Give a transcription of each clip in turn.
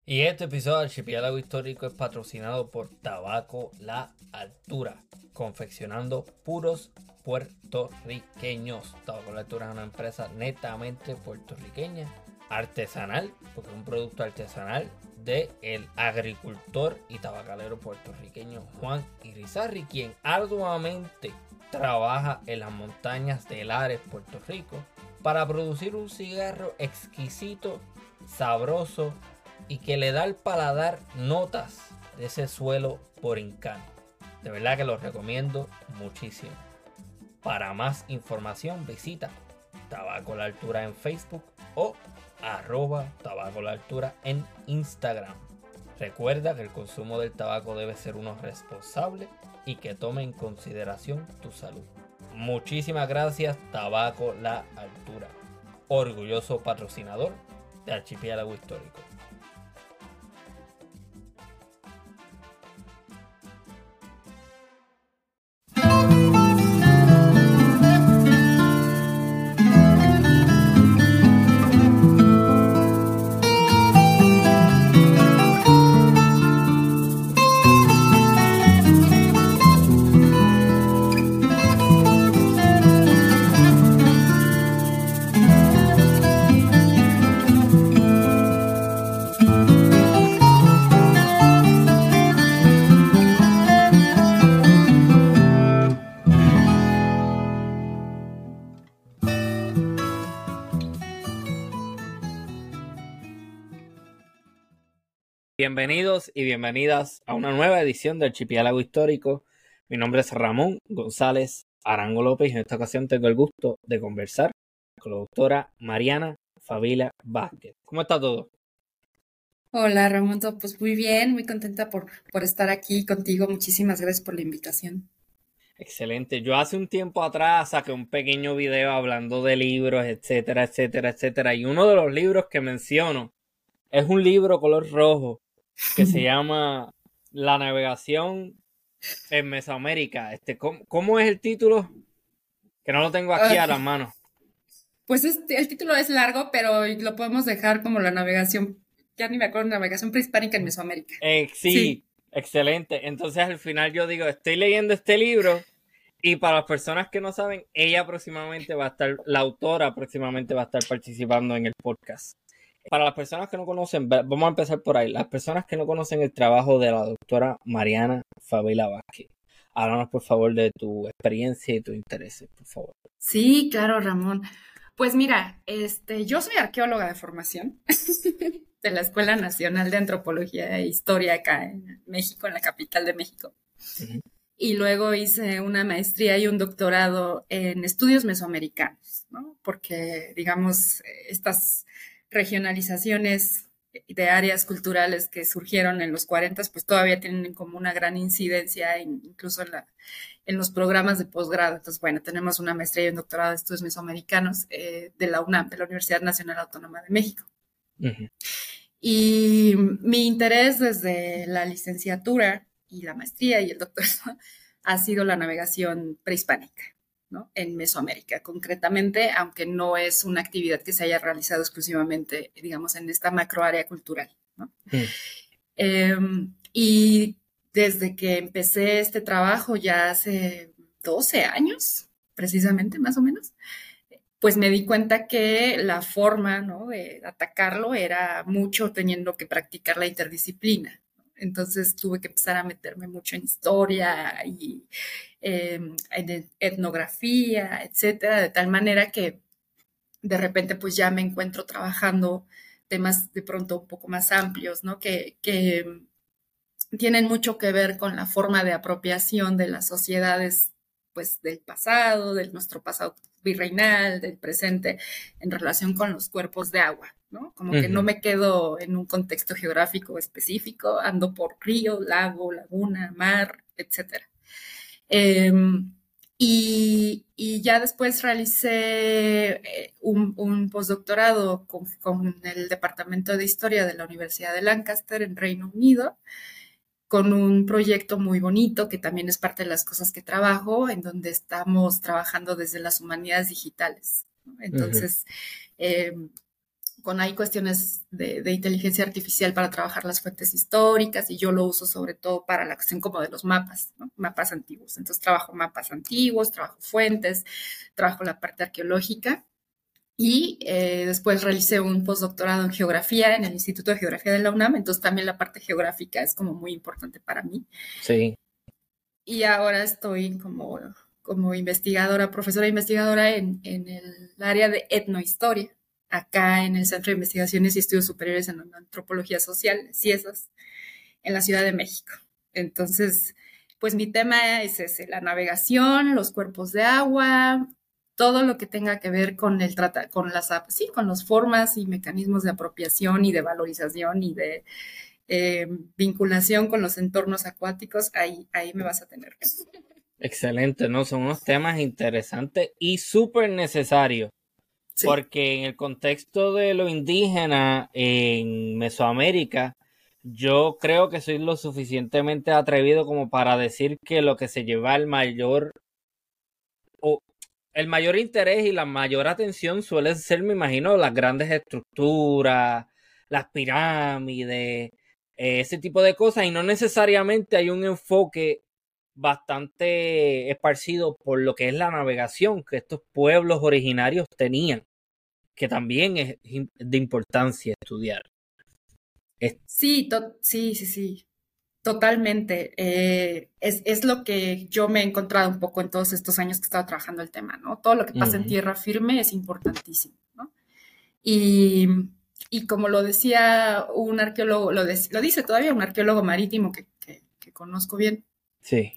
Y este episodio del Archipiélago Histórico es patrocinado por Tabaco La Altura, confeccionando puros puertorriqueños. Tabaco La Altura es una empresa netamente puertorriqueña, artesanal, porque es un producto artesanal del agricultor y tabacalero puertorriqueño Juan Irizarry, quien arduamente trabaja en las montañas de Lares, Puerto Rico, para producir un cigarro exquisito, sabroso y que le da al paladar notas de ese suelo borincano. De verdad que los recomiendo muchísimo. Para más información visita Tabaco La Altura en Facebook o @Tabaco La Altura en Instagram. Recuerda que el consumo del tabaco debe ser uno responsable y que tome en consideración tu salud. Muchísimas gracias, Tabaco La Altura, orgulloso patrocinador de Archipiélago Histórico. Bienvenidos y bienvenidas a una nueva edición del Archipiélago Histórico. Mi nombre es Ramón González Arango López y en esta ocasión tengo el gusto de conversar con la doctora Mariana Favila Vázquez. ¿Cómo está todo? Hola Ramón, pues muy bien, muy contenta por estar aquí contigo. Muchísimas gracias por la invitación. Excelente. Yo hace un tiempo atrás saqué un pequeño video hablando de libros, etcétera, etcétera, etcétera. Y uno de los libros que menciono es un libro color rojo que se llama La navegación en Mesoamérica. ¿Cómo es el título? Que no lo tengo aquí a las Ah, manos. pues el título es largo, pero lo podemos dejar como la navegación, ya ni me acuerdo, navegación prehispánica en Mesoamérica. Sí. Sí, excelente. Entonces al final yo digo, estoy leyendo este libro y para las personas que no saben, la autora próximamente va a estar participando en el podcast. Para las personas que no conocen, vamos a empezar por ahí. Las personas que no conocen el trabajo de la doctora Mariana Favila Vázquez. Háblanos por favor de tu experiencia y tus intereses, por favor. Sí, claro, Ramón. Pues mira, yo soy arqueóloga de formación de la Escuela Nacional de Antropología e Historia acá en México, en la capital de México. Uh-huh. Y luego hice una maestría y un doctorado en estudios mesoamericanos, ¿no? Porque, digamos, estas regionalizaciones de áreas culturales que surgieron en los 40, pues todavía tienen como una gran incidencia incluso en los programas de posgrado. Entonces, bueno, tenemos una maestría y un doctorado de estudios mesoamericanos de la UNAM, de la Universidad Nacional Autónoma de México. Uh-huh. Y mi interés desde la licenciatura y la maestría y el doctorado ha sido la navegación prehispánica, ¿no? En Mesoamérica, concretamente, aunque no es una actividad que se haya realizado exclusivamente, digamos, en esta macroárea cultural, ¿no? Uh-huh. Y desde que empecé este trabajo ya hace 12 años, precisamente, más o menos, pues me di cuenta que la forma, ¿no?, de atacarlo era mucho teniendo que practicar la interdisciplina. Entonces tuve que empezar a meterme mucho en historia y en etnografía, etcétera, de tal manera que de repente pues ya me encuentro trabajando temas de pronto un poco más amplios, ¿no? Que tienen mucho que ver con la forma de apropiación de las sociedades, pues del pasado, de nuestro pasado virreinal, del presente, en relación con los cuerpos de agua, ¿no? Como que no Uh-huh. me quedo en un contexto geográfico específico, ando por río, lago, laguna, mar, etcétera. Eh, y ya después realicé un postdoctorado con el Departamento de Historia de la Universidad de Lancaster en Reino Unido, con un proyecto muy bonito que también es parte de las cosas que trabajo, en donde estamos trabajando desde las humanidades digitales, ¿no? Uh-huh. Entonces, eh, con hay cuestiones de inteligencia artificial para trabajar las fuentes históricas y yo lo uso sobre todo para la cuestión como de los mapas, ¿no? Mapas antiguos. Entonces trabajo mapas antiguos, trabajo fuentes, trabajo la parte arqueológica y después realicé un postdoctorado en geografía en el Instituto de Geografía de la UNAM, entonces también la parte geográfica es como muy importante para mí. Sí. Y ahora estoy como investigadora, profesora investigadora en el área de etnohistoria, acá en el Centro de Investigaciones y Estudios Superiores en Antropología Social, CIESAS, en la Ciudad de México. Entonces, pues mi tema es ese, la navegación, los cuerpos de agua, todo lo que tenga que ver con con las formas y mecanismos de apropiación y de valorización y de vinculación con los entornos acuáticos, ahí me vas a tener. Excelente, ¿no? Son unos temas interesantes y súper necesarios. Sí. Porque en el contexto de lo indígena en Mesoamérica, yo creo que soy lo suficientemente atrevido como para decir que lo que se lleva el mayor interés y la mayor atención suele ser, me imagino, las grandes estructuras, las pirámides, ese tipo de cosas, y no necesariamente hay un enfoque bastante esparcido por lo que es la navegación que estos pueblos originarios tenían, que también es de importancia estudiar. Sí, sí. Totalmente. Es lo que yo me he encontrado un poco en todos estos años que he estado trabajando el tema, ¿no? Todo lo que pasa en tierra firme es importantísimo, ¿no? Y como lo decía un arqueólogo, lo dice todavía un arqueólogo marítimo que conozco bien. Sí.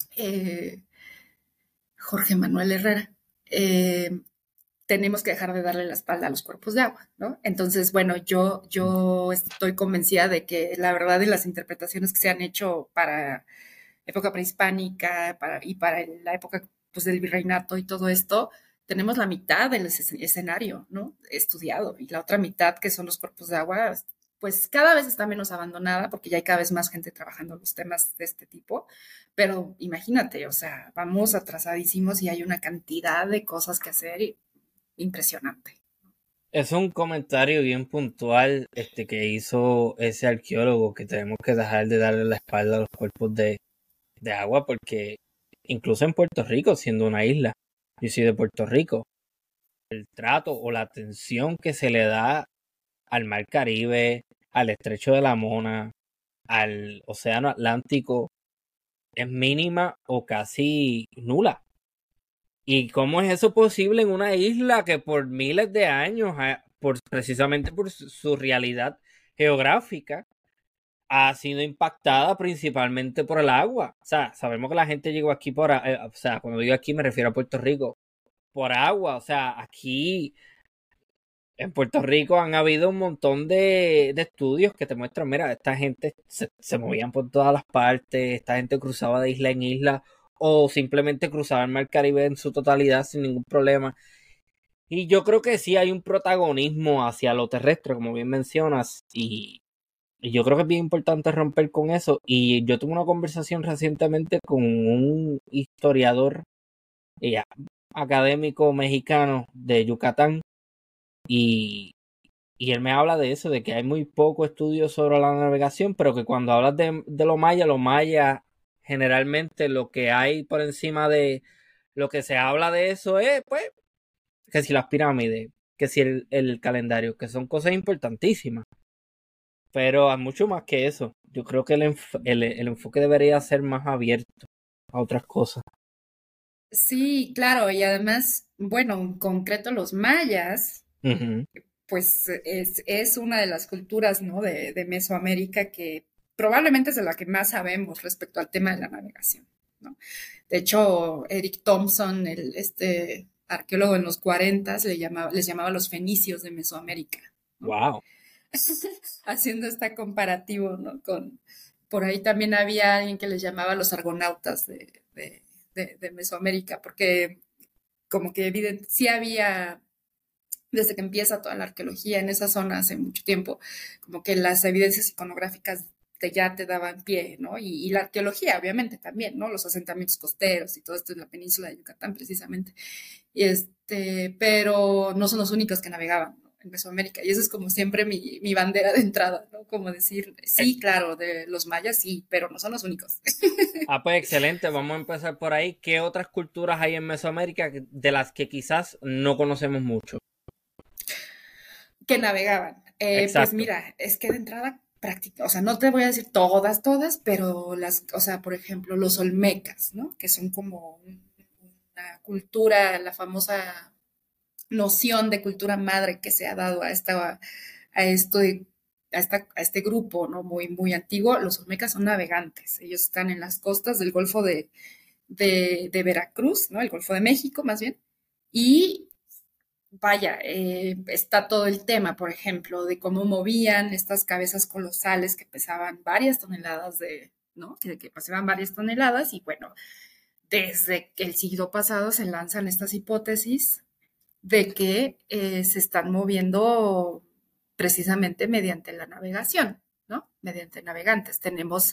Jorge Manuel Herrera. Tenemos que dejar de darle la espalda a los cuerpos de agua, ¿no? Entonces, bueno, yo estoy convencida de que la verdad de las interpretaciones que se han hecho para época prehispánica y para la época pues, del virreinato y todo esto, tenemos la mitad del escenario, ¿no? Estudiado, y la otra mitad, que son los cuerpos de agua, pues cada vez está menos abandonada porque ya hay cada vez más gente trabajando los temas de este tipo, pero imagínate, o sea, vamos atrasadísimos y hay una cantidad de cosas que hacer impresionante. Es un comentario bien puntual que hizo ese arqueólogo, que tenemos que dejar de darle la espalda a los cuerpos de agua, porque incluso en Puerto Rico, siendo una isla, yo soy de Puerto Rico, el trato o la atención que se le da al Mar Caribe, al Estrecho de la Mona, al Océano Atlántico, es mínima o casi nula. ¿Y cómo es eso posible en una isla que por miles de años, precisamente por su realidad geográfica, ha sido impactada principalmente por el agua? O sea, sabemos que la gente llegó aquí o sea, cuando digo aquí me refiero a Puerto Rico, por agua. O sea, aquí en Puerto Rico han habido un montón de estudios que te muestran, mira, esta gente se movían por todas las partes, esta gente cruzaba de isla en isla, o simplemente cruzaba el Mar Caribe en su totalidad sin ningún problema. Y yo creo que sí hay un protagonismo hacia lo terrestre, como bien mencionas, y yo creo que es bien importante romper con eso. Y yo tuve una conversación recientemente con un historiador académico mexicano de Yucatán, y él me habla de eso, de que hay muy poco estudio sobre la navegación, pero que cuando hablas de los mayas, generalmente lo que hay por encima de lo que se habla de eso es, pues, que si las pirámides, que si el calendario, que son cosas importantísimas. Pero hay mucho más que eso. Yo creo que el enfoque debería ser más abierto a otras cosas. Sí, claro, y además, bueno, en concreto los mayas, pues es una de las culturas, ¿no? de Mesoamérica que probablemente es de la que más sabemos respecto al tema de la navegación, ¿no? De hecho, Eric Thompson, este arqueólogo en los 40 les llamaba los fenicios de Mesoamérica, ¿no? Wow. Haciendo este comparativo, ¿no? Por ahí también había alguien que les llamaba los argonautas de Mesoamérica, porque como que sí había, desde que empieza toda la arqueología en esa zona hace mucho tiempo, como que las evidencias iconográficas ya te daban pie, ¿no? Y la arqueología, obviamente, también, ¿no? Los asentamientos costeros y todo esto en la península de Yucatán, precisamente. Pero no son los únicos que navegaban, ¿no? en Mesoamérica. Y eso es como siempre mi bandera de entrada, ¿no? Como decir, sí, claro, de los mayas sí, pero no son los únicos. Pues excelente, vamos a empezar por ahí. ¿Qué otras culturas hay en Mesoamérica de las que quizás no conocemos mucho? Que navegaban. Pues Exacto. mira, es que de entrada práctica, o sea, no te voy a decir todas, todas, pero o sea, por ejemplo, los olmecas, ¿no? Que son como una cultura, la famosa noción de cultura madre que se ha dado a esto a este grupo, ¿no? Muy, muy antiguo. Los olmecas son navegantes. Ellos están en las costas del Golfo de Veracruz, ¿no? El Golfo de México, más bien. Y vaya, está todo el tema, por ejemplo, de cómo movían estas cabezas colosales que pesaban varias toneladas ¿no? Que pesaban varias toneladas y bueno, desde el siglo pasado se lanzan estas hipótesis de que se están moviendo precisamente mediante la navegación, ¿no? Mediante navegantes. Tenemos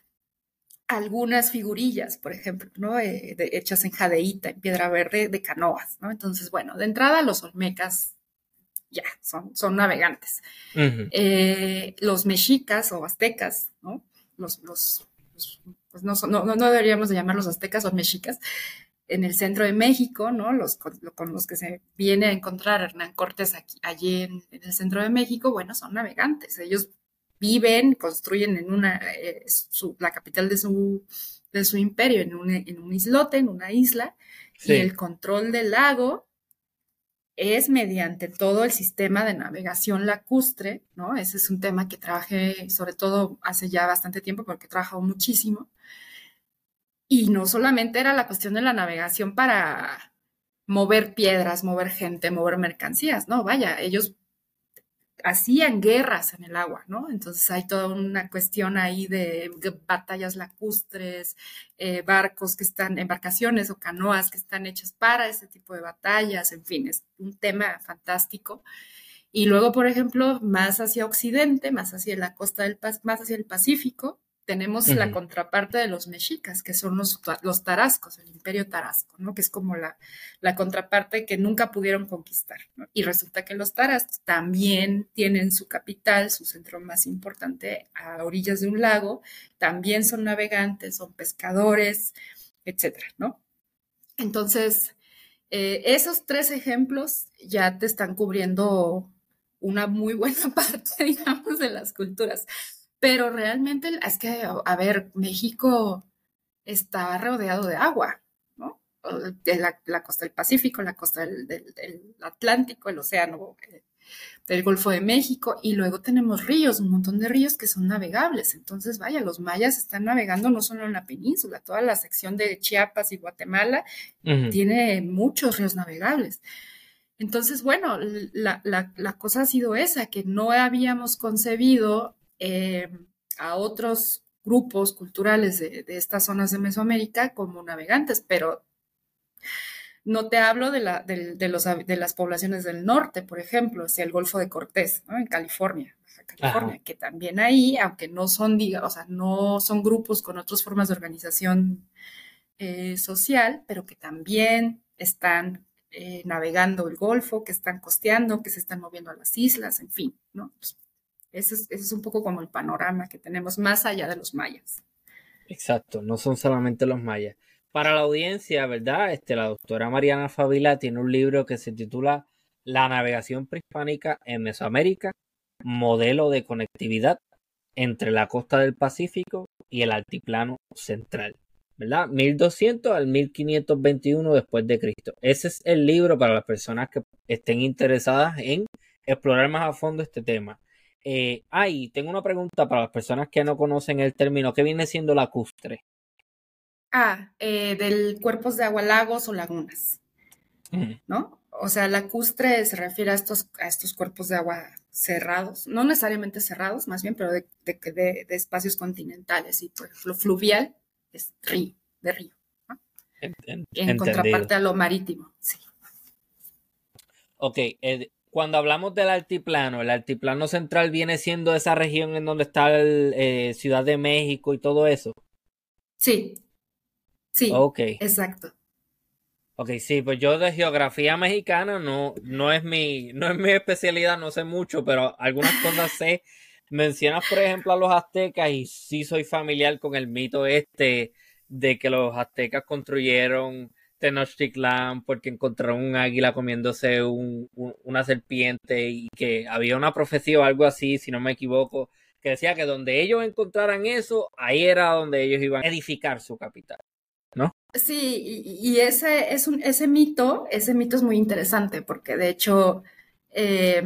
algunas figurillas, por ejemplo, ¿no? Hechas en jadeíta, en piedra verde, de canoas, ¿no? Entonces, bueno, de entrada los olmecas ya son navegantes. Ujú. Los mexicas o aztecas, ¿no? Pues no deberíamos de llamarlos aztecas o mexicas, en el centro de México, ¿no? Con los que se viene a encontrar Hernán Cortés allí en el centro de México, bueno, son navegantes. Ellos viven, construyen la capital de su imperio en un islote, en una isla, y Sí. el control del lago es mediante todo el sistema de navegación lacustre, ¿no? Ese es un tema que trabajé sobre todo hace ya bastante tiempo porque he trabajado muchísimo. Y no solamente era la cuestión de la navegación para mover piedras, mover gente, mover mercancías, no, vaya, ellos hacían guerras en el agua, ¿no? Entonces hay toda una cuestión ahí de batallas lacustres, barcos que están, embarcaciones o canoas que están hechas para ese tipo de batallas, en fin, es un tema fantástico. Y luego, por ejemplo, más hacia Occidente, más hacia la costa más hacia el Pacífico, tenemos la Ujú. contraparte de los mexicas, que son los tarascos, el imperio tarasco, ¿no? Que es como la contraparte que nunca pudieron conquistar, ¿no? Y resulta que los tarascos también tienen su capital, su centro más importante a orillas de un lago, también son navegantes, son pescadores, etcétera, ¿no? Entonces, esos tres ejemplos ya te están cubriendo una muy buena parte, digamos, de las culturas. Pero realmente es que, a ver, México está rodeado de agua, ¿no? De la costa del Pacífico, la costa del Atlántico, el océano, del Golfo de México, y luego tenemos ríos, un montón de ríos que son navegables. Entonces, vaya, los mayas están navegando no solo en la península, toda la sección de Chiapas y Guatemala Ujú. tiene muchos ríos navegables. Entonces, bueno, la cosa ha sido esa, que no habíamos concebido a otros grupos culturales de estas zonas de Mesoamérica como navegantes, pero no te hablo de las poblaciones del norte, por ejemplo, hacia el Golfo de Cortés, ¿no? En California, Baja Ajá. California, que también ahí, aunque no son, o sea, no son grupos con otras formas de organización social, pero que también están navegando el Golfo, que están costeando, que se están moviendo a las islas, en fin, ¿no? Pues ese es un poco como el panorama que tenemos más allá de los mayas. Exacto, no son solamente los mayas. Para la audiencia, ¿verdad? La doctora Mariana Favila tiene un libro que se titula La navegación prehispánica en Mesoamérica, modelo de conectividad entre la costa del Pacífico y el altiplano central, ¿verdad? 1200 al 1521 después de Cristo. Ese es el libro para las personas que estén interesadas en explorar más a fondo este tema. Tengo una pregunta para las personas que no conocen el término. ¿Qué viene siendo lacustre? Del cuerpos de agua, lagos o lagunas, Ujú. ¿no? O sea, lacustre se refiere a estos cuerpos de agua cerrados, no necesariamente cerrados, más bien, pero de espacios continentales. Y por ejemplo, fluvial es río, de río, ¿no? En Entendido. contraparte a lo marítimo, sí. Ok, cuando hablamos del el altiplano central viene siendo esa región en donde está Ciudad de México y todo eso. Sí, sí, Ok, exacto. Ok, sí, pues yo de geografía mexicana no es mi especialidad, no sé mucho, pero algunas cosas sé. Mencionas, por ejemplo, a los aztecas y sí soy familiar con el mito este de que los aztecas construyeron Tenochtitlán porque encontraron un águila comiéndose una serpiente y que había una profecía o algo así, si no me equivoco, que decía que donde ellos encontraran eso, ahí era donde ellos iban a edificar su capital, ¿no? Sí, y ese mito es muy interesante porque de hecho eh,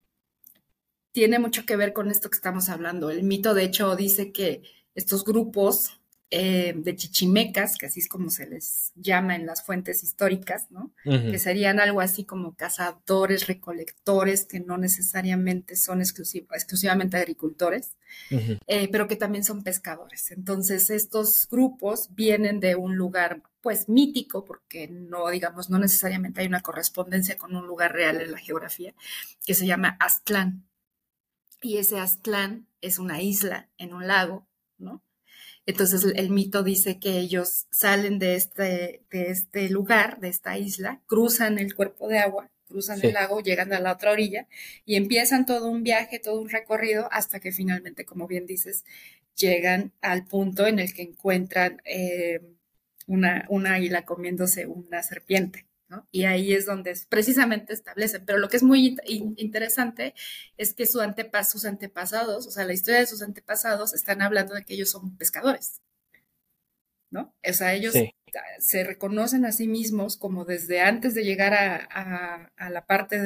tiene mucho que ver con esto que estamos hablando. El mito, de hecho, dice que estos grupos de chichimecas, que así es como se les llama en las fuentes históricas, ¿no? Que Ujú, serían algo así como cazadores, recolectores, que no necesariamente son exclusivamente agricultores, ujú. pero que también son pescadores. Entonces, estos grupos vienen de un lugar, pues, mítico, porque no, digamos, no necesariamente hay una correspondencia con un lugar real en la geografía, que se llama Aztlán, y ese Aztlán es una isla en un lago, ¿no? Entonces el mito dice que ellos salen de este lugar, de esta isla, cruzan el cuerpo de agua, cruzan el Sí. lago, llegan a la otra orilla y empiezan todo un viaje, todo un recorrido, hasta que finalmente, como bien dices, llegan al punto en el que encuentran una águila comiéndose una serpiente, ¿no? Y ahí es donde precisamente establecen. Pero lo que es muy interesante es que sus antepasados, o sea, la historia de sus antepasados, están hablando de que ellos son pescadores, ¿no? O sea, ellos Sí. se reconocen a sí mismos como desde antes de llegar a la parte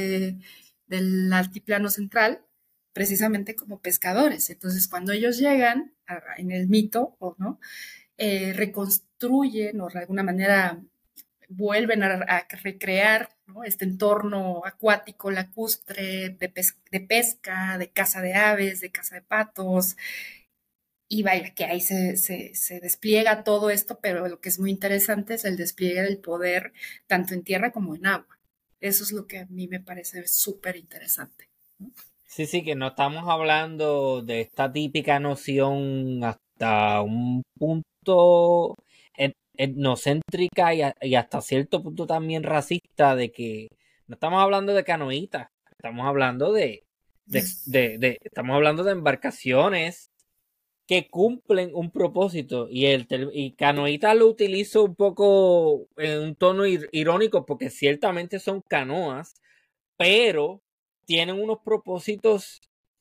del altiplano central, precisamente como pescadores. Entonces, cuando ellos llegan en el mito, ¿o no? Reconstruyen o de alguna manera vuelven a recrear, ¿no? Este entorno acuático, lacustre, de pesca, de caza de aves, de caza de patos, y vaya, que ahí se despliega todo esto, pero lo que es muy interesante es el despliegue del poder tanto en tierra como en agua. Eso es lo que a mí me parece súper interesante, ¿no? Sí, sí, que no estamos hablando de esta típica noción hasta un punto etnocéntrica y hasta cierto punto también racista de que no estamos hablando de canoitas, estamos hablando estamos hablando de embarcaciones que cumplen un propósito y canoita lo utilizo un poco en un tono irónico porque ciertamente son canoas, pero tienen unos propósitos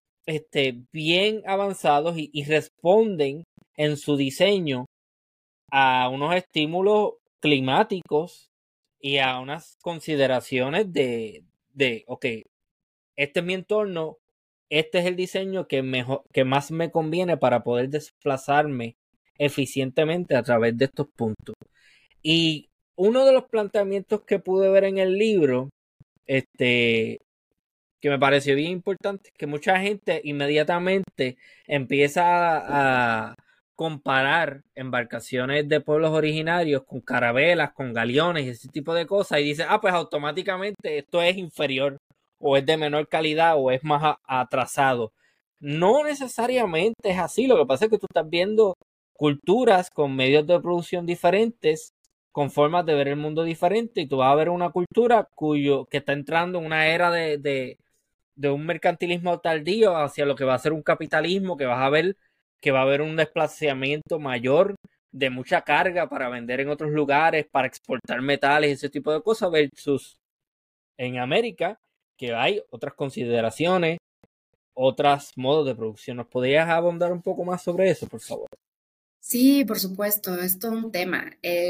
bien avanzados y responden en su diseño a unos estímulos climáticos y a unas consideraciones ok, este es mi entorno, este es el diseño que más me conviene para poder desplazarme eficientemente a través de estos puntos. Y uno de los planteamientos que pude ver en el libro, este, que me pareció bien importante, que mucha gente inmediatamente empieza a comparar embarcaciones de pueblos originarios con carabelas, con galeones y ese tipo de cosas y dice, pues automáticamente esto es inferior o es de menor calidad o es más atrasado. No necesariamente es así, lo que pasa es que tú estás viendo culturas con medios de producción diferentes, con formas de ver el mundo diferente y tú vas a ver una cultura que está entrando en una era de un mercantilismo tardío hacia lo que va a ser un capitalismo, que vas a ver que va a haber un desplazamiento mayor de mucha carga para vender en otros lugares, para exportar metales y ese tipo de cosas, versus en América, que hay otras consideraciones, otros modos de producción. ¿Nos podrías abundar un poco más sobre eso, por favor? Sí, por supuesto, es todo un tema.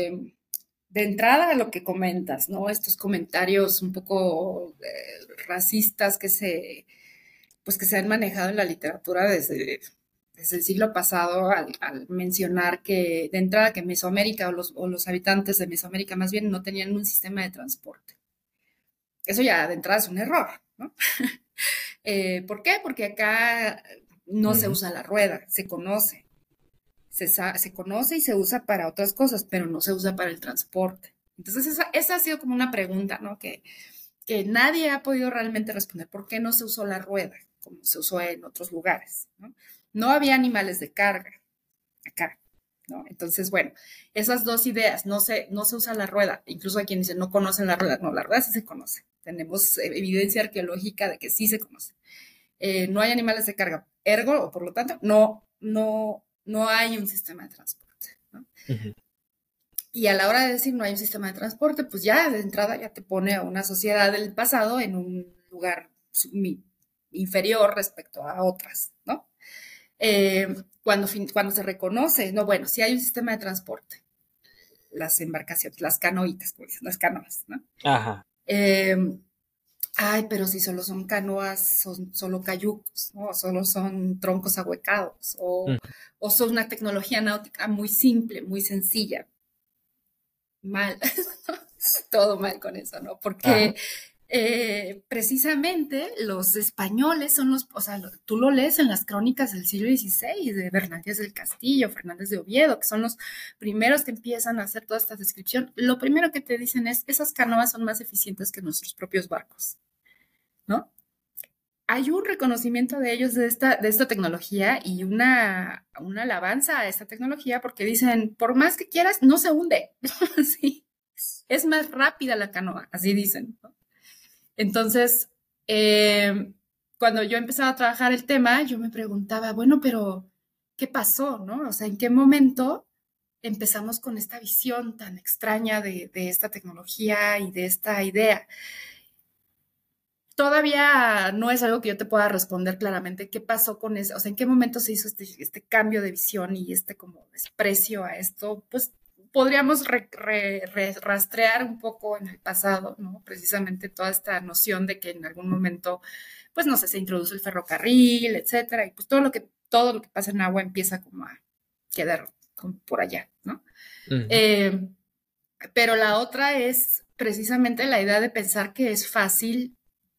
De entrada a lo que comentas, ¿no? Estos comentarios un poco racistas pues que se han manejado en la literatura desde el siglo pasado al mencionar que de entrada que Mesoamérica o los habitantes de Mesoamérica más bien no tenían un sistema de transporte. Eso ya de entrada es un error, ¿no? ¿Por qué? Porque acá no se Ujú. usa la rueda, se conoce. Se conoce y se usa para otras cosas, pero no se usa para el transporte. Entonces, esa ha sido como una pregunta, ¿no? Que nadie ha podido realmente responder. ¿Por qué no se usó la rueda como se usó en otros lugares? No, no había animales de carga acá. ¿no? Entonces, bueno, esas dos ideas, no se usa la rueda, incluso hay quien dice no conocen la rueda, no, la rueda sí se conoce, tenemos evidencia arqueológica de que sí se conoce. No hay animales de carga, ergo, o por lo tanto, no hay un sistema de transporte, ¿no? Ujú. Y a la hora de decir no hay un sistema de transporte, pues ya de entrada ya te pone a una sociedad del pasado en un lugar inferior respecto a otras, ¿no? Cuando se reconoce, no, bueno, si hay un sistema de transporte, las embarcaciones, las canoitas, pues, las canoas, ¿no? Ajá. Eh, Ay, pero si solo son canoas, son solo cayucos, ¿no? O solo son troncos ahuecados, Mm. o son una tecnología náutica muy simple, muy sencilla. Mal, todo mal con eso, ¿no? Ajá. Porque precisamente los españoles son o sea, tú lo lees en las crónicas del siglo XVI, de Fernández del Castillo, Fernández de Oviedo, que son los primeros que empiezan a hacer toda esta descripción. Lo primero que te dicen es, esas canoas son más eficientes que nuestros propios barcos, ¿no? Hay un reconocimiento de ellos de esta tecnología y una alabanza a esta tecnología porque dicen, por más que quieras, no se hunde. Sí, es más rápida la canoa, así dicen, ¿no? Entonces, cuando yo empezaba a trabajar el tema, yo me preguntaba, bueno, pero ¿qué pasó, no? O sea, ¿en qué momento empezamos con esta visión tan extraña de esta tecnología y de esta idea? Todavía no es algo que yo te pueda responder claramente qué pasó con eso, o sea, en qué momento se hizo este cambio de visión y este como desprecio a esto, pues podríamos rastrear un poco en el pasado, ¿no? Precisamente toda esta noción de que en algún momento, pues no sé, se introduce el ferrocarril, etcétera, y pues todo lo que pasa en agua empieza como a quedar como por allá, ¿no? Ujú. Eh, pero la otra es precisamente la idea de pensar que es fácil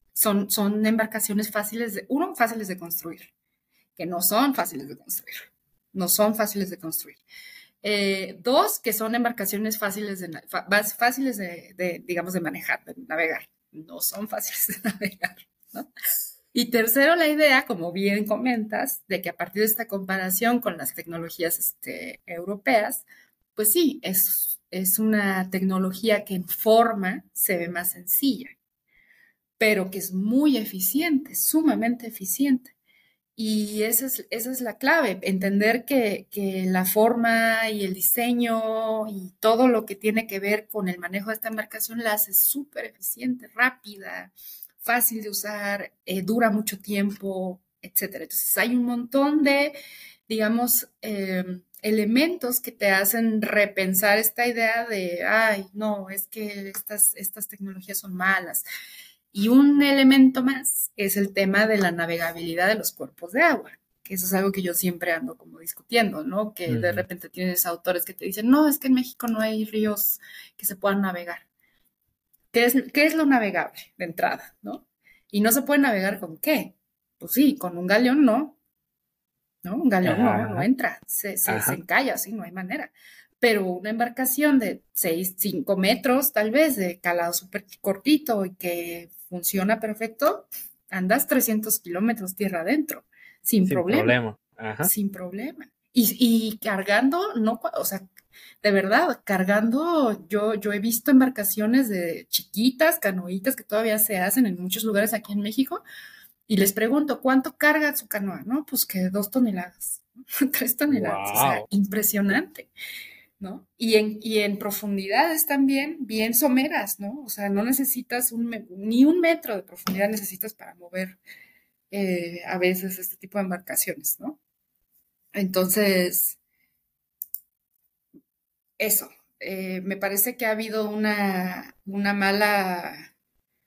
son embarcaciones fáciles de construir, que no son fáciles de construir, no son fáciles de construir. Dos, que son embarcaciones fáciles digamos, de manejar, de navegar, no son fáciles de navegar, ¿no? Y tercero, la idea, como bien comentas, de que a partir de esta comparación con las tecnologías europeas, pues sí, es una tecnología que en forma se ve más sencilla, pero que es muy eficiente, sumamente eficiente. Y esa es la clave, entender que la forma y el diseño y todo lo que tiene que ver con el manejo de esta embarcación la hace súper eficiente, rápida, fácil de usar, dura mucho tiempo, etcétera. Entonces hay un montón de, digamos, elementos que te hacen repensar esta idea de, ay, no, es que estas tecnologías son malas. Y un elemento más es el tema de la navegabilidad de los cuerpos de agua, que eso es algo que yo siempre ando como discutiendo, ¿no? Que de Ujú. repente tienes autores que te dicen, no, es que en México no hay ríos que se puedan navegar. ¿Qué es lo navegable de entrada, ¿no? Y no se puede navegar con qué. Pues sí, con un galeón no, ¿no? Un galeón no Ajá. entra, se Ajá. encalla, así no hay manera. Pero una embarcación de 5 metros, tal vez, de calado súper cortito y que funciona perfecto, andas 300 kilómetros tierra adentro, sin Sin problema, problema. Ajá. sin problema. Y cargando, no, o sea, de verdad, cargando, yo he visto embarcaciones de chiquitas, canoitas que todavía se hacen en muchos lugares aquí en México, y les pregunto, ¿cuánto carga su canoa? No, pues que 2 toneladas, 3 toneladas, o sea, Wow. impresionante, ¿no? Y en profundidades también bien someras, ¿no? O sea, no necesitas ni un metro de profundidad necesitas para mover a veces este tipo de embarcaciones, ¿no? Entonces, eso, me parece que ha habido una mala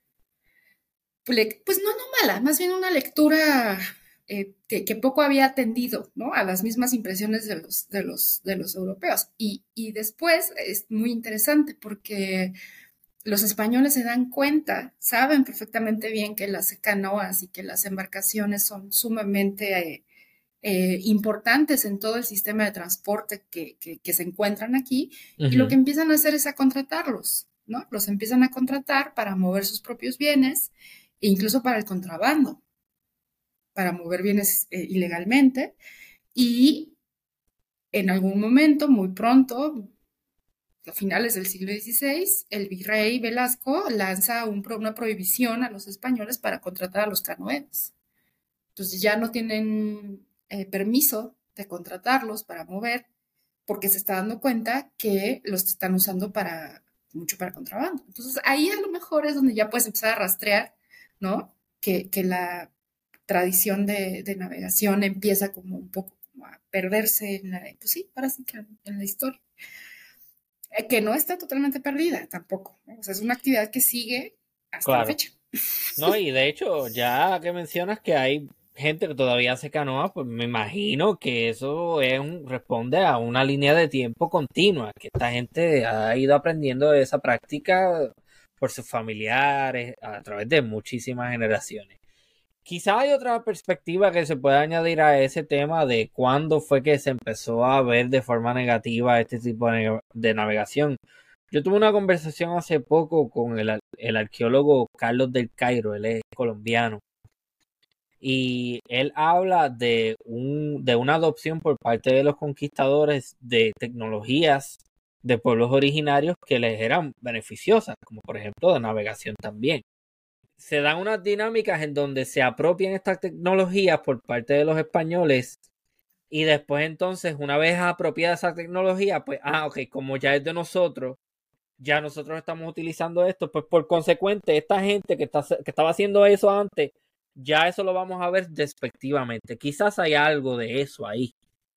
pues no mala, más bien una lectura que poco había atendido, ¿no? A las mismas impresiones de los europeos. Y después es muy interesante porque los españoles se dan cuenta, saben perfectamente bien que las canoas y que las embarcaciones son sumamente importantes en todo el sistema de transporte que se encuentran aquí, y lo que Ujú. empiezan a hacer es a contratarlos, ¿no? Los empiezan a contratar para mover sus propios bienes e incluso para el contrabando, para mover bienes ilegalmente, y En algún momento, muy pronto, a finales del siglo XVI, el virrey Velasco lanza una prohibición a los españoles para contratar a los canoeros. Entonces ya no tienen permiso de contratarlos para mover porque se está dando cuenta que los están usando para mucho para contrabando. Entonces ahí a lo mejor es donde ya puedes empezar a rastrear, ¿no? Que la tradición de navegación empieza como un poco como a perderse en la, pues sí, ahora sí que en la historia. Que no está totalmente perdida tampoco, ¿no? O sea, es una actividad que sigue hasta la Claro. fecha. No, y de hecho, ya que mencionas que hay gente que todavía hace canoa, pues me imagino que eso responde a una línea de tiempo continua, que esta gente ha ido aprendiendo de esa práctica por sus familiares a través de muchísimas generaciones. Quizá hay otra perspectiva que se pueda añadir a ese tema de cuándo fue que se empezó a ver de forma negativa este tipo de navegación. Yo tuve una conversación hace poco con el arqueólogo Carlos del Cairo, él es colombiano, y él habla de una adopción por parte de los conquistadores de tecnologías de pueblos originarios que les eran beneficiosas, como por ejemplo de navegación también. Se dan unas dinámicas en donde se apropian estas tecnologías por parte de los españoles y después entonces, una vez apropiada esa tecnología, pues, ok, como ya es de nosotros, ya nosotros estamos utilizando esto, pues por consecuente, esta gente que estaba haciendo eso antes, ya eso lo vamos a ver despectivamente. Quizás hay algo de eso ahí.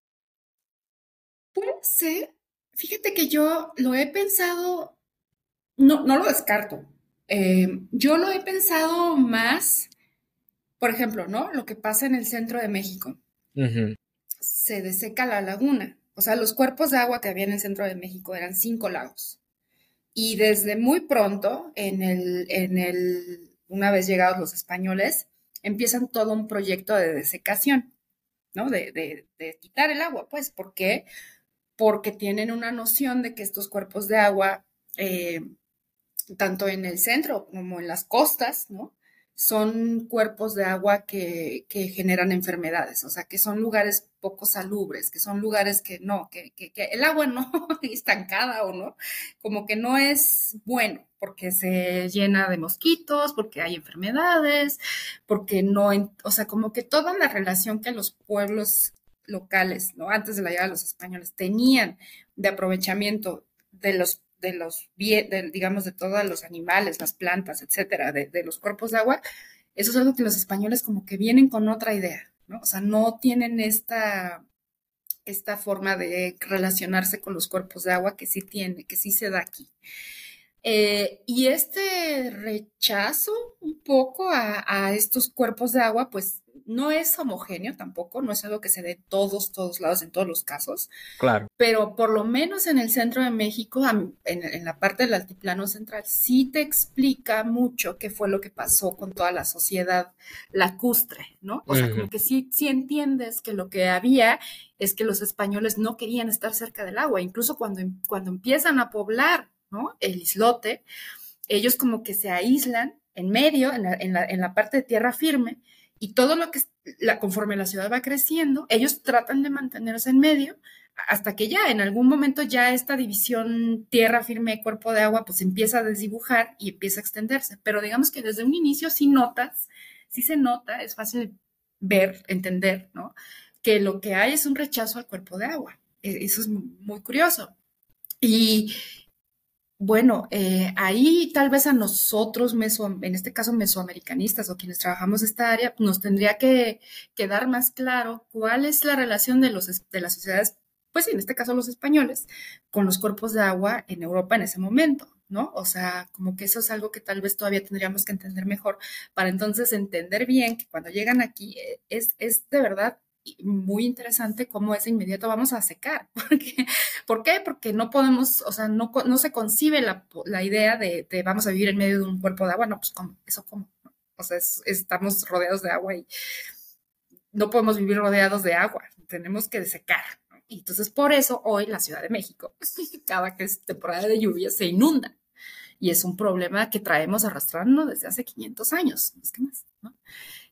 Puede ser. Fíjate que yo lo he pensado, no, no lo descarto. Yo lo he pensado más, por ejemplo, ¿no? Lo que pasa en el centro de México. Ujú. Se deseca la laguna. O sea, los cuerpos de agua que había en el centro de México eran 5 lagos. Y desde muy pronto, una vez llegados los españoles, empiezan todo un proyecto de desecación, ¿no? De quitar el agua, pues, ¿por qué? Porque tienen una noción de que estos cuerpos de agua, tanto en el centro como en las costas, ¿no? Son cuerpos de agua que generan enfermedades, o sea, que son lugares poco salubres, que son lugares que no, que el agua no estancada o no, como que no es bueno, porque se llena de mosquitos, porque hay enfermedades, porque no, o sea, como que toda la relación que los pueblos locales, ¿no? Antes de la llegada de los españoles, tenían de aprovechamiento digamos, de todos los animales, las plantas, etcétera, de los cuerpos de agua, eso es algo que los españoles como que vienen con otra idea, ¿no? O sea, no tienen esta forma de relacionarse con los cuerpos de agua que sí tiene, que sí se da aquí. Y este rechazo un poco a estos cuerpos de agua, pues no es homogéneo tampoco, no es algo que se dé todos lados, en todos los casos, Claro. pero por lo menos en el centro de México, en la parte del altiplano central, sí te explica mucho qué fue lo que pasó con toda la sociedad lacustre, ¿no? O sea, Ujú. como que sí entiendes que lo que había es que los españoles no querían estar cerca del agua, incluso cuando empiezan a poblar, ¿no? El islote, ellos como que se aíslan en medio, en la parte de tierra firme, y todo lo que, conforme la ciudad va creciendo, ellos tratan de mantenerse en medio, hasta que ya en algún momento ya esta división tierra firme, cuerpo de agua, pues empieza a desdibujar y empieza a extenderse. Pero digamos que desde un inicio sí notas, sí se nota, es fácil ver, entender, ¿no? Que lo que hay es un rechazo al cuerpo de agua. Eso es muy curioso. Y bueno, ahí tal vez a nosotros, en este caso mesoamericanistas o quienes trabajamos esta área, nos tendría que quedar más claro cuál es la relación de las sociedades, pues en este caso los españoles, con los cuerpos de agua en Europa en ese momento, ¿no? O sea, como que eso es algo que tal vez todavía tendríamos que entender mejor para entonces entender bien que cuando llegan aquí es de verdad muy interesante cómo es de inmediato vamos a secar, porque ¿por qué? Porque no podemos, o sea, no se concibe la idea de vamos a vivir en medio de un cuerpo de agua, no, pues ¿cómo? ¿Eso cómo? ¿No? O sea, estamos rodeados de agua y no podemos vivir rodeados de agua, tenemos que secar. ¿No? Y entonces por eso hoy la Ciudad de México, cada que es temporada de lluvia, se inunda. Y es un problema que traemos arrastrando desde hace 500 años, más que más. ¿No?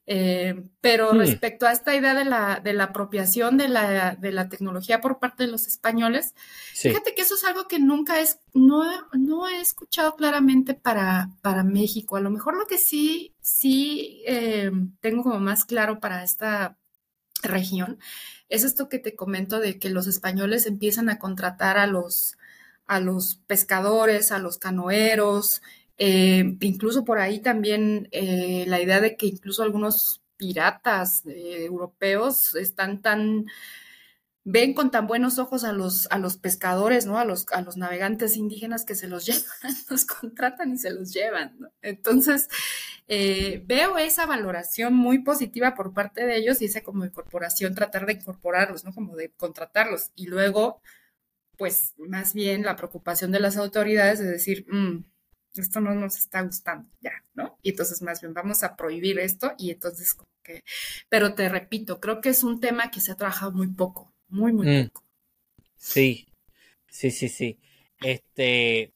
Pero respecto a esta idea de la apropiación de la tecnología por parte de los españoles, Sí. fíjate que eso es algo que nunca no he escuchado claramente para México. A lo mejor lo que sí tengo como más claro para esta región es esto que te comento de que los españoles empiezan a contratar a los pescadores, a los canoeros, incluso por ahí también la idea de que incluso algunos piratas europeos están tan, ven con tan buenos ojos a los pescadores, ¿no? A los navegantes indígenas que se los llevan, los contratan y se los llevan, ¿no? Entonces, veo esa valoración muy positiva por parte de ellos y esa como incorporación, tratar de incorporarlos, ¿no? Como de contratarlos. Y luego, pues, más bien la preocupación de las autoridades de decir, esto no nos está gustando ya, ¿no? Y entonces más bien vamos a prohibir esto y entonces como que, pero te repito, creo que es un tema que se ha trabajado muy poco, muy Mm, poco. sí, sí. Este,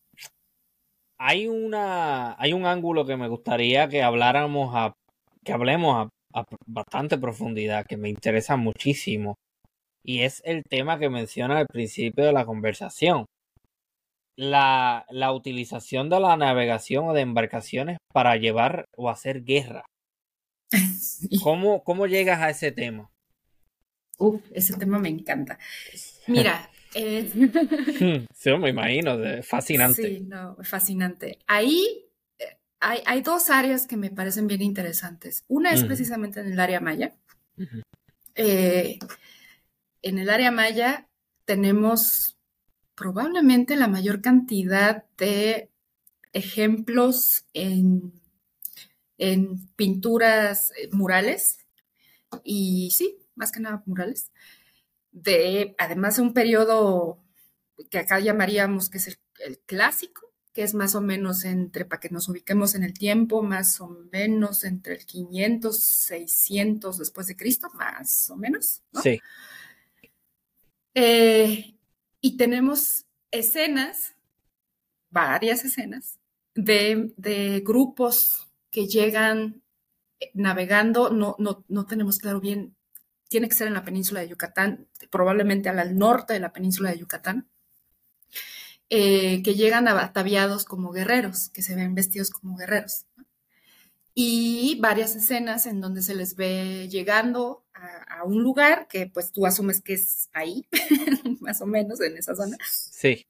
hay un ángulo que me gustaría que que hablemos a bastante profundidad, que me interesa muchísimo, y es el tema que menciona al principio de la conversación. La utilización de la navegación o de embarcaciones para llevar o hacer guerra. ¿Cómo llegas a ese tema? Ese tema me encanta. Mira, Sí, me imagino, fascinante. sí, no, fascinante. Ahí hay dos áreas que me parecen bien interesantes. Una es Ujú, precisamente en el área maya. ujú. Eh, en el área maya tenemos probablemente la mayor cantidad de ejemplos en pinturas murales, y sí, más que nada murales, de además de un periodo que acá llamaríamos que es el clásico, que es más o menos entre, para que nos ubiquemos en el tiempo, más o menos entre el 500, 600 después de Cristo, más o menos, ¿no? Sí, Eh, y tenemos escenas, varias escenas, de grupos que llegan navegando, no tenemos claro bien, tiene que ser en la península de Yucatán, probablemente al norte de la península de Yucatán, que llegan ataviados como guerreros, que se ven vestidos como guerreros. Y varias escenas en donde se les ve llegando a un lugar que pues tú asumes que es ahí, más o menos en esa zona, sí.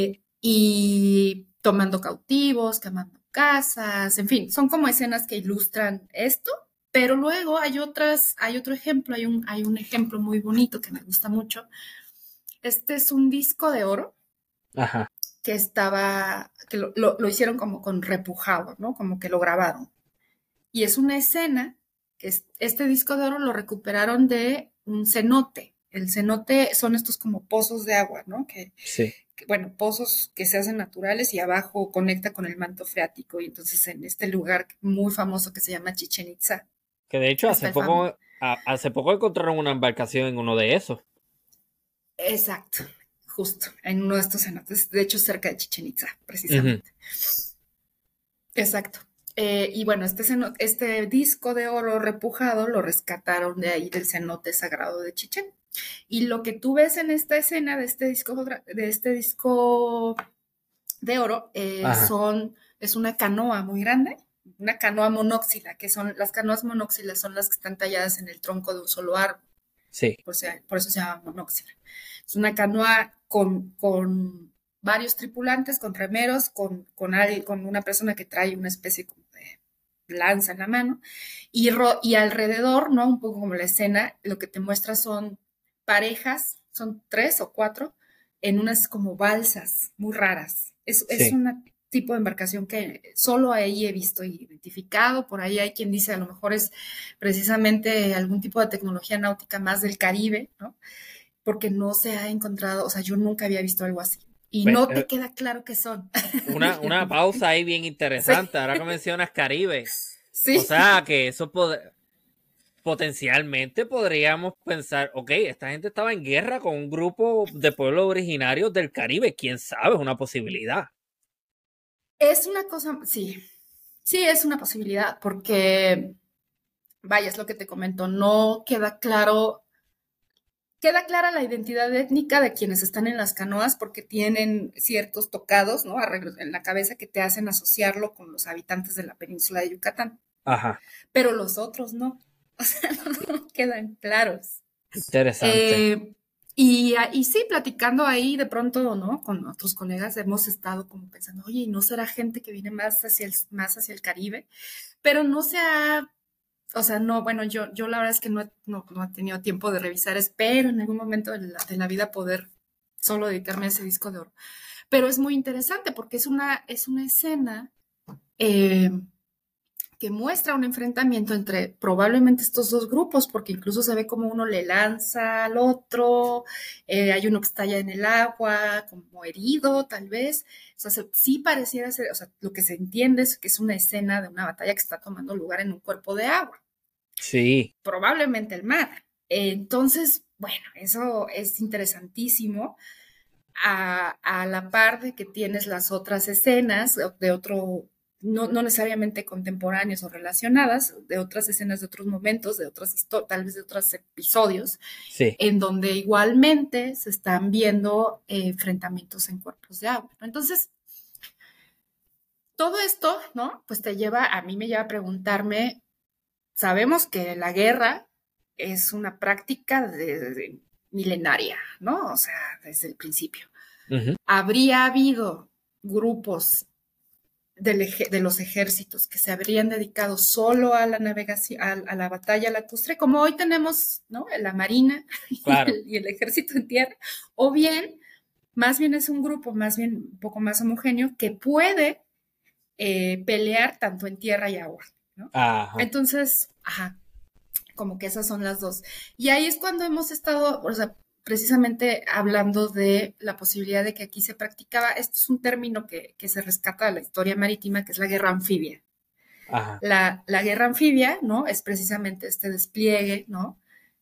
y tomando cautivos, quemando casas, en fin, son como escenas que ilustran esto, pero luego hay otro ejemplo, hay un ejemplo muy bonito que me gusta mucho. Este es un disco de oro Ajá. que estaba, que lo hicieron como con repujado, ¿no? Como que lo grabaron. Y es una escena que este disco de oro lo recuperaron de un cenote. El cenote son estos como pozos de agua, ¿no? Sí. Bueno, pozos que se hacen naturales y abajo conecta con el manto freático. Y entonces en este lugar muy famoso que se llama Chichen Itza Que de hecho está el famoso. hace poco encontraron una embarcación en uno de esos. Exacto, justo, en uno de estos cenotes, de hecho cerca de Chichen Itza, Ujú. precisamente. Exacto. Y bueno, este disco de oro repujado lo rescataron de ahí del cenote sagrado de Chichén. Y lo que tú ves en esta escena de este disco de oro Ajá. es una canoa muy grande, una canoa monóxila, que son las canoas monóxilas son las que están talladas en el tronco de un solo árbol, Sí. por eso se llama monóxila. Es una canoa con varios tripulantes, con remeros, con una persona que trae una especie como de lanza en la mano, y alrededor, ¿no? Un poco como la escena, lo que te muestra son parejas, son tres o cuatro, en unas como balsas muy raras. Es Sí. un tipo de embarcación que solo ahí he visto identificado, por ahí hay quien dice a lo mejor es precisamente algún tipo de tecnología náutica más del Caribe, ¿no? Porque no se ha encontrado, o sea, yo nunca había visto algo así. Y Ve, no te queda claro qué son. una pausa ahí bien Sí, interesante. Ahora que mencionas Caribe. O sí. sea que potencialmente podríamos pensar, ok, esta gente estaba en guerra con un grupo de pueblos originarios del Caribe. ¿Quién sabe? Es una posibilidad. Es una cosa, sí, sí es una posibilidad, porque vaya, es lo que te comento, no queda claro. Queda clara la identidad étnica de quienes están en las canoas porque tienen ciertos tocados, ¿no? Arreglos en la cabeza que te hacen asociarlo con los habitantes de la península de Yucatán. Ajá. Pero los otros no. O sea, no quedan claros. Interesante. Y sí, platicando ahí de pronto, ¿no? Con otros colegas hemos estado como pensando, oye, ¿no será gente que viene más hacia el Caribe? Pero no se ha, o sea, no, bueno, yo la verdad es que no he tenido tiempo de revisar, espero en algún momento de la vida poder solo dedicarme a ese disco de oro. Pero es muy interesante porque es una escena eh, que muestra un enfrentamiento entre probablemente estos dos grupos, porque incluso se ve como uno le lanza al otro, hay uno que está ya en el agua, como herido tal vez, o sea, sí pareciera ser, o sea, lo que se entiende es que es una escena de una batalla que está tomando lugar en un cuerpo de agua, Sí. probablemente el mar. Entonces, bueno, eso es interesantísimo. A la par de que tienes las otras escenas de otro, no necesariamente contemporáneas o relacionadas, de otras escenas de otros momentos, de otras historias, tal vez de otros episodios, Sí. en donde igualmente se están viendo enfrentamientos en cuerpos de agua, ¿no? Entonces, todo esto, ¿no? Pues a mí me lleva a preguntarme, sabemos que la guerra es una práctica de milenaria, ¿no? O sea, desde el principio. Ujú. Habría habido grupos de los ejércitos que se habrían dedicado solo a la navegación, a la batalla lacustre, como hoy tenemos, ¿no? La marina Claro. y el ejército en tierra, o bien, más bien es un grupo, más bien un poco más homogéneo, que puede pelear tanto en tierra y agua, ¿no? Ajá. Entonces, ajá, como que esas son las dos. Y ahí es cuando hemos estado, o sea, precisamente hablando de la posibilidad de que aquí se practicaba, esto es un término que se rescata de la historia marítima, que es la guerra anfibia. Ajá. La guerra anfibia, ¿no? Es precisamente este despliegue, ¿no?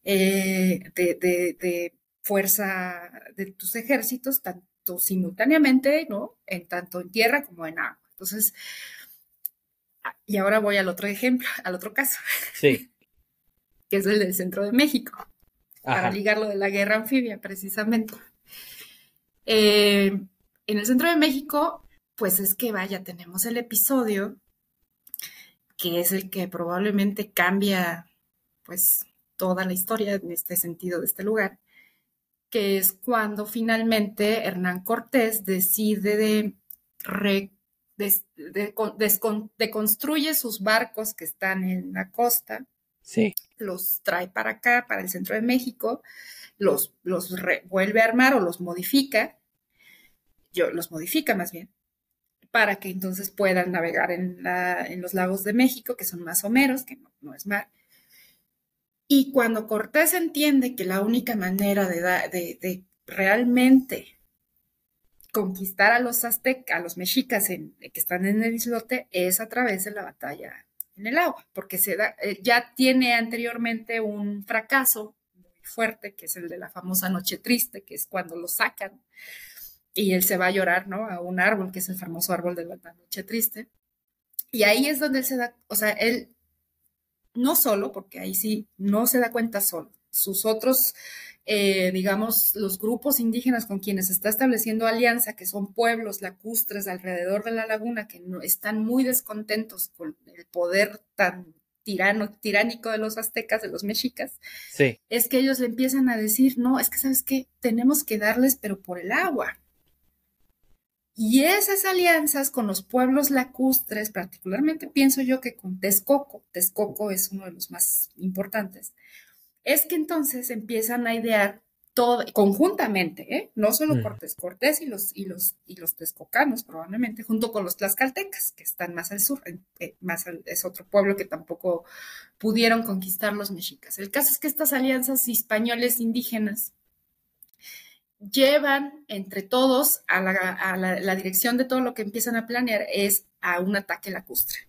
De fuerza de tus ejércitos, tanto simultáneamente, ¿no? En tanto en tierra como en agua. Entonces, y ahora voy al otro ejemplo, al otro caso, Sí. que es el del centro de México, para Ajá. ligarlo de la guerra anfibia, precisamente. En el centro de México, pues es que vaya, tenemos el episodio que es el que probablemente cambia, pues, toda la historia en este sentido de este lugar, que es cuando finalmente Hernán Cortés decide de construye sus barcos que están en la costa, Sí. los trae para acá, para el centro de México, vuelve a armar o los modifica, los modifica más bien, para que entonces puedan navegar en los lagos de México, que son más someros, que no es mar. Y cuando Cortés entiende que la única manera de realmente conquistar a los aztecas, a los mexicas que están en el islote, es a través de la batalla en el agua, porque ya tiene anteriormente un fracaso muy fuerte, que es el de la famosa Noche Triste, que es cuando lo sacan y él se va a llorar, ¿no? A un árbol, que es el famoso árbol de la Noche Triste. Y ahí es donde él se da, o sea, él no solo, porque ahí sí no se da cuenta solo, sus otros, digamos, los grupos indígenas con quienes está estableciendo alianza, que son pueblos lacustres alrededor de la laguna, que no, están muy descontentos con el poder tan tiránico de los aztecas, de los mexicas, Sí. es que ellos le empiezan a decir, no, es que sabes qué, tenemos que darles, pero por el agua. Y esas alianzas con los pueblos lacustres, particularmente pienso yo que con Texcoco es uno de los más importantes, es que entonces empiezan a idear todo conjuntamente, ¿eh? No solo Mm. Cortés y los texcocanos, probablemente, junto con los tlaxcaltecas, que están más al sur, es otro pueblo que tampoco pudieron conquistar los mexicas. El caso es que estas alianzas españoles indígenas llevan entre todos la dirección de todo lo que empiezan a planear es a un ataque lacustre.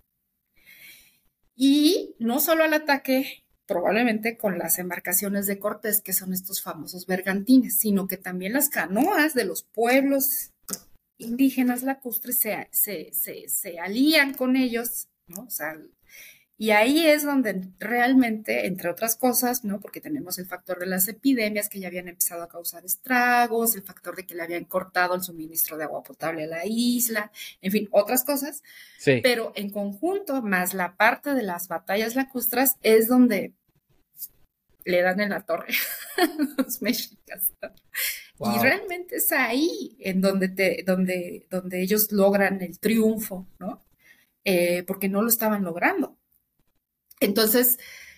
Y no solo al ataque, probablemente con las embarcaciones de Cortés, que son estos famosos bergantines, sino que también las canoas de los pueblos indígenas lacustres se alían con ellos, ¿no? O sea, Y ahí es donde realmente, entre otras cosas, ¿no? Porque tenemos el factor de las epidemias que ya habían empezado a causar estragos, el factor de que le habían cortado el suministro de agua potable a la isla, en fin, otras cosas, Sí. pero en conjunto, más la parte de las batallas lacustras, es donde le dan en la torre a los mexicas. Y Wow. realmente es ahí en donde, donde ellos logran el triunfo, ¿no? Porque no lo estaban logrando. Entonces,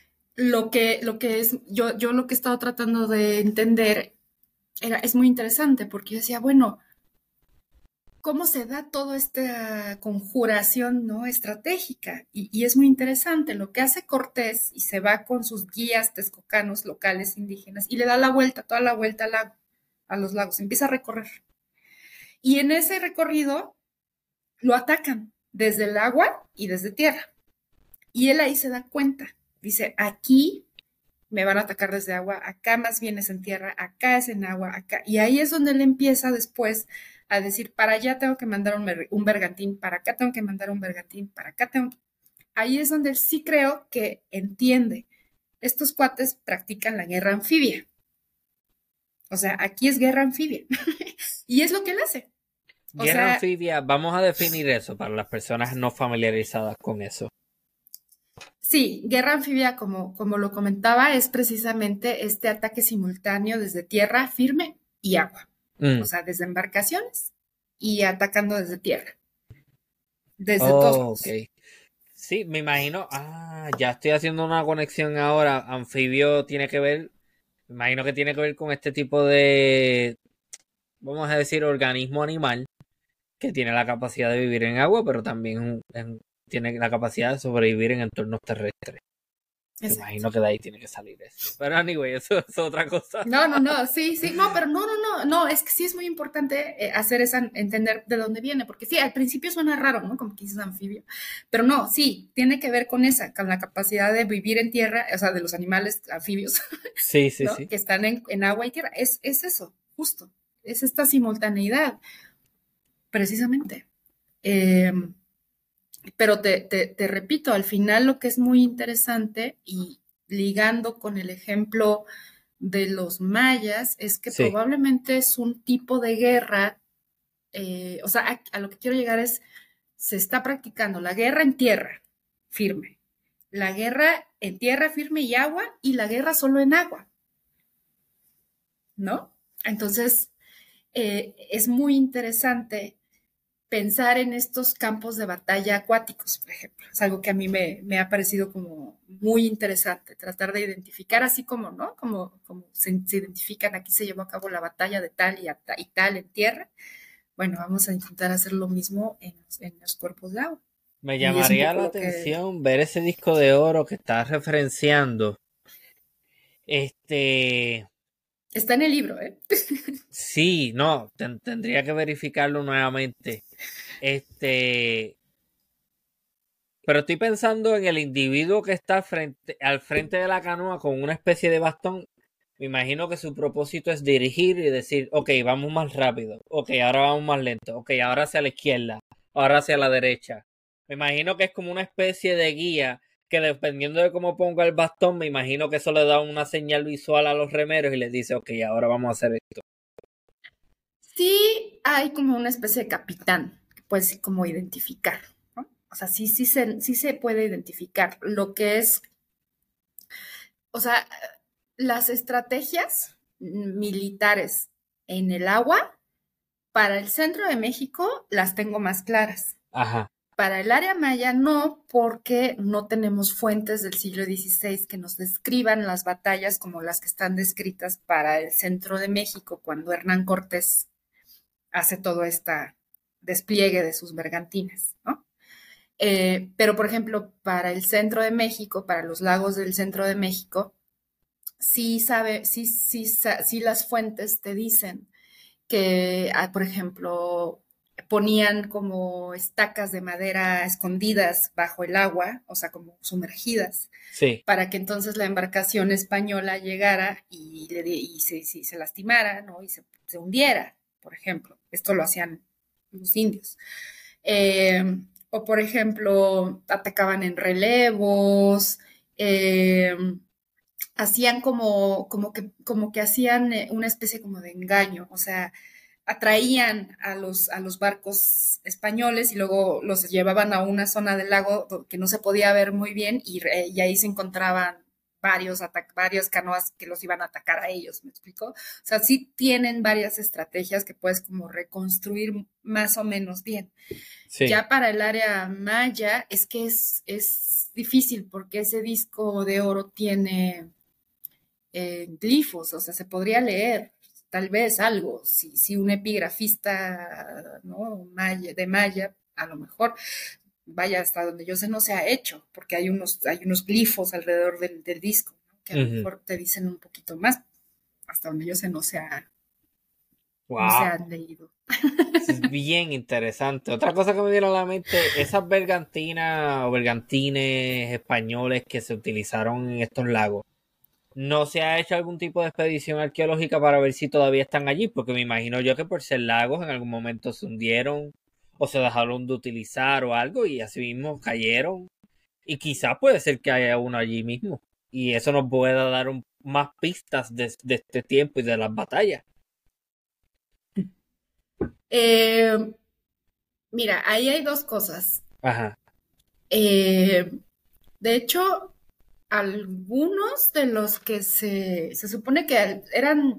lo que es, yo lo que he estado tratando de entender es muy interesante porque yo decía, bueno, ¿cómo se da toda esta conjuración, ¿no? Estratégica? Y es muy interesante lo que hace Cortés y se va con sus guías texcocanos locales indígenas y le da la vuelta, toda la vuelta al lago, a los lagos, empieza a recorrer. Y en ese recorrido lo atacan desde el agua y desde tierra. Y él ahí se da cuenta. Dice, aquí me van a atacar desde agua, acá más bien es en tierra, acá es en agua, acá. Y ahí es donde él empieza después a decir, para allá tengo que mandar un bergantín, para acá tengo que mandar un bergantín, para acá tengo que... Ahí es donde él sí creo que entiende. Estos cuates practican la guerra anfibia. O sea, aquí es guerra anfibia. Y es lo que él hace. O Guerra sea, anfibia, vamos a definir eso para las personas no familiarizadas con eso. sí, guerra anfibia, como lo comentaba, es precisamente este ataque simultáneo desde tierra firme y agua. O Mm. sea, desde embarcaciones y atacando desde tierra, desde todos Oh, ok. lados. Sí, me imagino. Ya estoy haciendo una conexión ahora. Anfibio tiene que ver, me imagino que tiene que ver con este tipo de, vamos a decir, organismo animal que tiene la capacidad de vivir en agua, pero también tiene la capacidad de sobrevivir en entornos terrestres. Me Exacto. imagino que de ahí tiene que salir eso. Pero anyway, eso es otra cosa. No, no, no, sí, sí, no, pero no, es que sí es muy importante hacer esa, entender de dónde viene, porque sí, al principio suena raro, ¿no? Como que dices anfibio, pero no, sí, tiene que ver con esa, con la capacidad de vivir en tierra, o sea, de los animales anfibios, Sí, sí, ¿no? sí. Que están en agua y tierra, es eso, justo, es esta simultaneidad, precisamente. Eh, pero te repito, al final lo que es muy interesante y ligando con el ejemplo de los mayas es que Sí. probablemente es un tipo de guerra, o sea, a lo que quiero llegar es, se está practicando la guerra en tierra firme, la guerra en tierra firme y agua y la guerra solo en agua, ¿no? Entonces, es muy interesante pensar en estos campos de batalla acuáticos, por ejemplo. Es algo que a mí me ha parecido como muy interesante, tratar de identificar así como, ¿no? Como se identifican, aquí se llevó a cabo la batalla de tal y tal en tierra. Bueno, vamos a intentar hacer lo mismo en los cuerpos de agua. Me Y es un llamaría poco la lo que atención ver ese disco de oro que estás referenciando. Este, está en el libro, ¿eh? sí, no, tendría que verificarlo nuevamente. Este, pero estoy pensando en el individuo que está al frente de la canoa con una especie de bastón. Me imagino que su propósito es dirigir y decir, ok, vamos más rápido, ok, ahora vamos más lento, ok, ahora hacia la izquierda, ahora hacia la derecha. Me imagino que es como una especie de guía que dependiendo de cómo ponga el bastón, me imagino que eso le da una señal visual a los remeros y les dice, ok, ahora vamos a hacer esto. Sí hay como una especie de capitán que puedes como identificar, ¿no? O sea, sí se puede identificar lo que es, o sea, las estrategias militares en el agua, para el centro de México las tengo más claras. Ajá, Para el área maya no, porque no tenemos fuentes del siglo XVI que nos describan las batallas como las que están descritas para el centro de México cuando Hernán Cortés hace todo este despliegue de sus bergantines, ¿no? Pero, por ejemplo, para el centro de México, para los lagos del centro de México, sí las fuentes te dicen que, por ejemplo, ponían como estacas de madera escondidas bajo el agua, o sea, como sumergidas, sí. para que entonces la embarcación española llegara y se lastimara, ¿no? Y se hundiera, por ejemplo. Esto lo hacían los indios. Eh, o por ejemplo, atacaban en relevos, eh, hacían como que hacían una especie como de engaño, o sea, atraían a los barcos españoles y luego los llevaban a una zona del lago que no se podía ver muy bien y ahí se encontraban varios canoas que los iban a atacar a ellos, ¿me explico? O sea, sí tienen varias estrategias que puedes como reconstruir más o menos bien. Sí, Ya para el área maya es que es difícil porque ese disco de oro tiene glifos, o sea, se podría leer tal vez algo, si un epigrafista, ¿no? De Maya, a lo mejor vaya hasta donde yo sé no se ha hecho, porque hay unos glifos alrededor del disco, ¿no? Que a lo ujú. mejor te dicen un poquito más, hasta donde yo sé no se Wow. han leído. Es bien interesante. Otra cosa que me viene a la mente, esas bergantinas o bergantines españoles que se utilizaron en estos lagos. ¿No se ha hecho algún tipo de expedición arqueológica para ver si todavía están allí? Porque me imagino yo que por ser lagos en algún momento se hundieron o se dejaron de utilizar o algo y así mismo cayeron. Y quizás puede ser que haya uno allí mismo. Y eso nos pueda dar más pistas de este tiempo y de las batallas. Eh, Mira, ahí hay dos cosas. Ajá. Eh, de hecho, algunos de los que se supone que eran,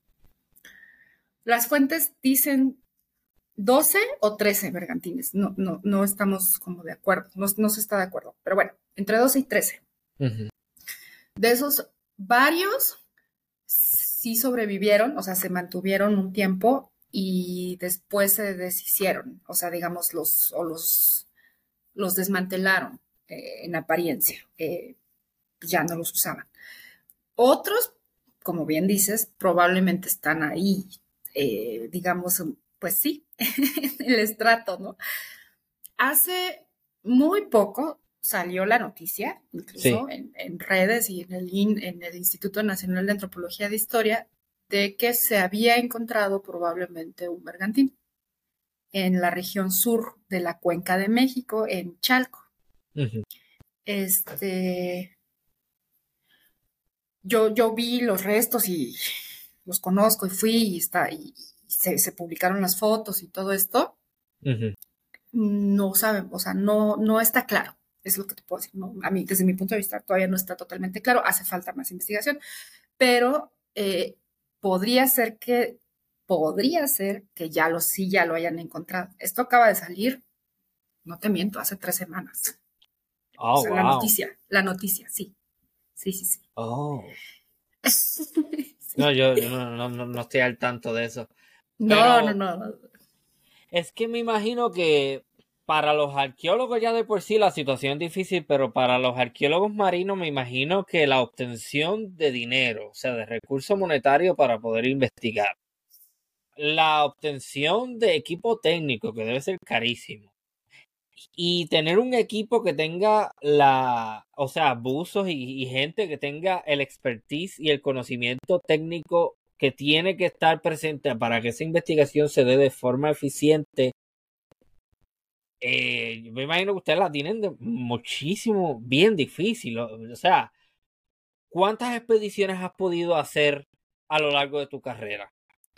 las fuentes dicen 12 o 13 bergantines. No estamos como de acuerdo, no se está de acuerdo. Pero bueno, entre 12 y 13. Ujú. De esos, varios sí sobrevivieron, o sea, se mantuvieron un tiempo y después se deshicieron, o sea, digamos, los desmantelaron en apariencia, ya no los usaban. Otros, como bien dices, probablemente están ahí, digamos, pues sí, en el estrato, ¿no? Hace muy poco salió la noticia, Sí. incluso en redes y en el Instituto Nacional de Antropología de Historia, de que se había encontrado probablemente un bergantín en la región sur de la Cuenca de México, en Chalco. Ujú. Este, yo vi los restos y los conozco y fui y se publicaron las fotos y todo esto. Ujú. No saben, o sea, no está claro. Es lo que te puedo decir. ¿No? A mí, desde mi punto de vista, todavía no está totalmente claro. Hace falta más investigación, pero podría ser que, podría ser que sí ya lo hayan encontrado. Esto acaba de salir, no te miento, hace 3 semanas. O Oh, sea, wow. la noticia, sí, sí, sí, sí. Oh. No, Sí. yo no estoy al tanto de eso. No, no, Pero no. es que me imagino que para los arqueólogos ya de por sí la situación es difícil, pero para los arqueólogos marinos me imagino que la obtención de dinero, o sea, de recursos monetarios para poder investigar, la obtención de equipo técnico, que debe ser carísimo, y tener un equipo que tenga o sea, buzos y gente que tenga el expertise y el conocimiento técnico que tiene que estar presente para que esa investigación se dé de forma eficiente. Yo me imagino que ustedes la tienen muchísimo, bien difícil. O sea, ¿cuántas expediciones has podido hacer a lo largo de tu carrera?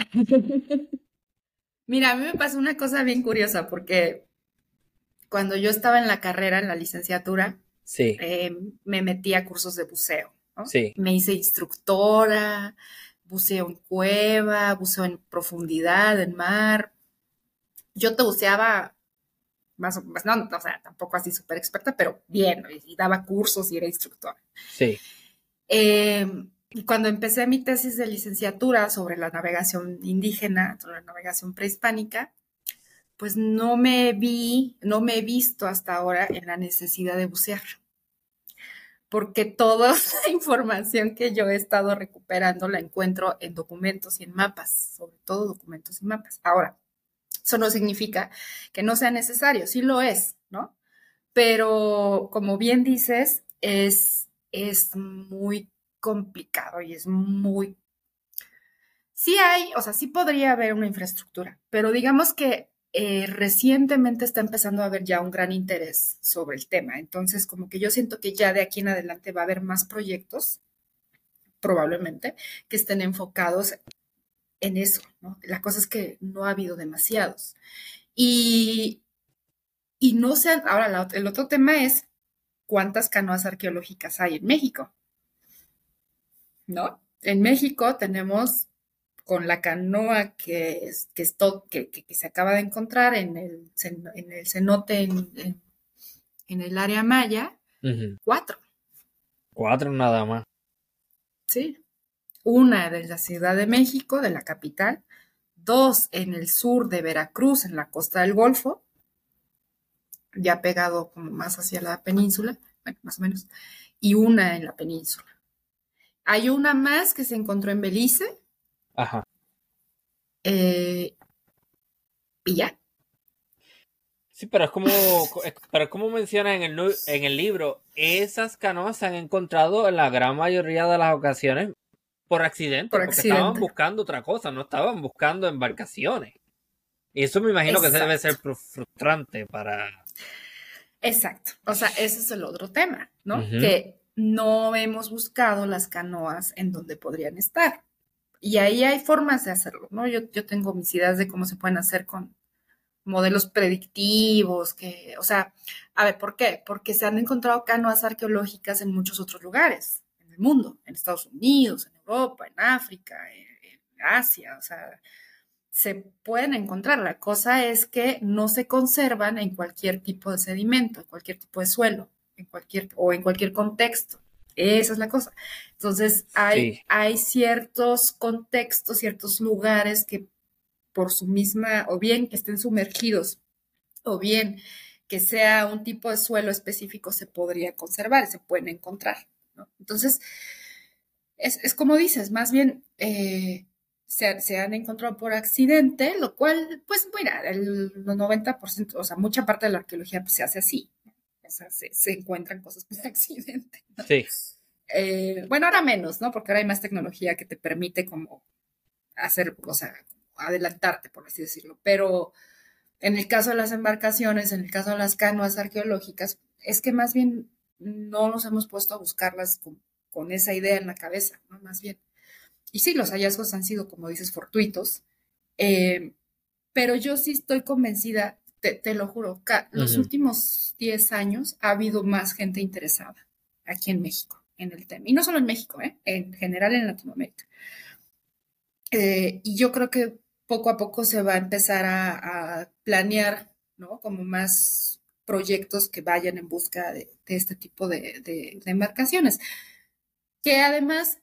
Mira, a mí me pasó una cosa bien curiosa porque cuando yo estaba en la carrera, en la licenciatura, Sí, me metí a cursos de buceo, ¿no? sí. Me hice instructora, buceo en cueva, buceo en profundidad, en mar. Yo te buceaba más o menos, no, o sea, tampoco así súper experta, pero bien, ¿no? Y daba cursos y era instructora. Sí. Eh, y cuando empecé mi tesis de licenciatura sobre la navegación indígena, sobre la navegación prehispánica, pues no me he visto hasta ahora en la necesidad de bucear, porque toda la información que yo he estado recuperando la encuentro en documentos y en mapas, sobre todo documentos y mapas. Ahora, eso no significa que no sea necesario, sí lo es, ¿no? Pero como bien dices, es muy complicado y es muy... Sí hay, o sea, sí podría haber una infraestructura, pero digamos que recientemente está empezando a haber ya un gran interés sobre el tema. Entonces, como que yo siento que ya de aquí en adelante va a haber más proyectos, probablemente, que estén enfocados en eso, ¿no? La cosa es que no ha habido demasiados. Y, y no sé, ahora el otro tema es cuántas canoas arqueológicas hay en México, ¿no? En México tenemos con la canoa que se acaba de encontrar en el cenote en el área maya, Ujú. 4, 4 nada más. ¿sí? Una de la Ciudad de México, de la capital, 2 en el sur de Veracruz, en la costa del Golfo, ya pegado como más hacia la península, bueno, más o menos, y una en la península. Hay una más que se encontró en Belice, Ajá. eh, y ya. Sí, pero es como menciona en el libro, esas canoas se han encontrado en la gran mayoría de las ocasiones por accidente, Por porque estaban accidente. buscando otra cosa, no estaban buscando embarcaciones. Y eso me imagino que debe ser Exacto, frustrante para... exacto. O sea, ese es el otro tema, ¿no? Ujú. Que no hemos buscado las canoas en donde podrían estar. Y ahí hay formas de hacerlo, ¿no? Yo tengo mis ideas de cómo se pueden hacer con modelos predictivos, que, o sea, a ver, ¿por qué? Porque se han encontrado canoas arqueológicas en muchos otros lugares en el mundo, en Estados Unidos, en Europa, en África, en Asia, o sea, se pueden encontrar. La cosa es que no se conservan en cualquier tipo de sedimento, en cualquier tipo de suelo, en cualquier contexto. Esa es la cosa. Entonces, Sí, hay ciertos contextos, ciertos lugares que por su misma, o bien que estén sumergidos, o bien que sea un tipo de suelo específico, se podría conservar, se pueden encontrar, ¿no? Entonces, es como dices, más bien se han encontrado por accidente, lo cual, pues mira, el 90%, o sea, mucha parte de la arqueología pues, se hace así, ¿no? O sea, se encuentran cosas por accidente, ¿no? sí. Bueno, ahora menos, ¿no? Porque ahora hay más tecnología que te permite como hacer, o sea, adelantarte, por así decirlo. Pero en el caso de las embarcaciones, en el caso de las canoas arqueológicas, es que más bien no nos hemos puesto a buscarlas con esa idea en la cabeza, ¿no? Más bien. Y sí, los hallazgos han sido, como dices, fortuitos, eh, pero yo sí estoy convencida, te lo juro, los Ujú. últimos 10 años ha habido más gente interesada aquí en México en el tema. Y no solo en México, en general en Latinoamérica. Y yo creo que poco a poco se va a empezar a planear, ¿no? Como más proyectos que vayan en busca de este tipo de embarcaciones. Que además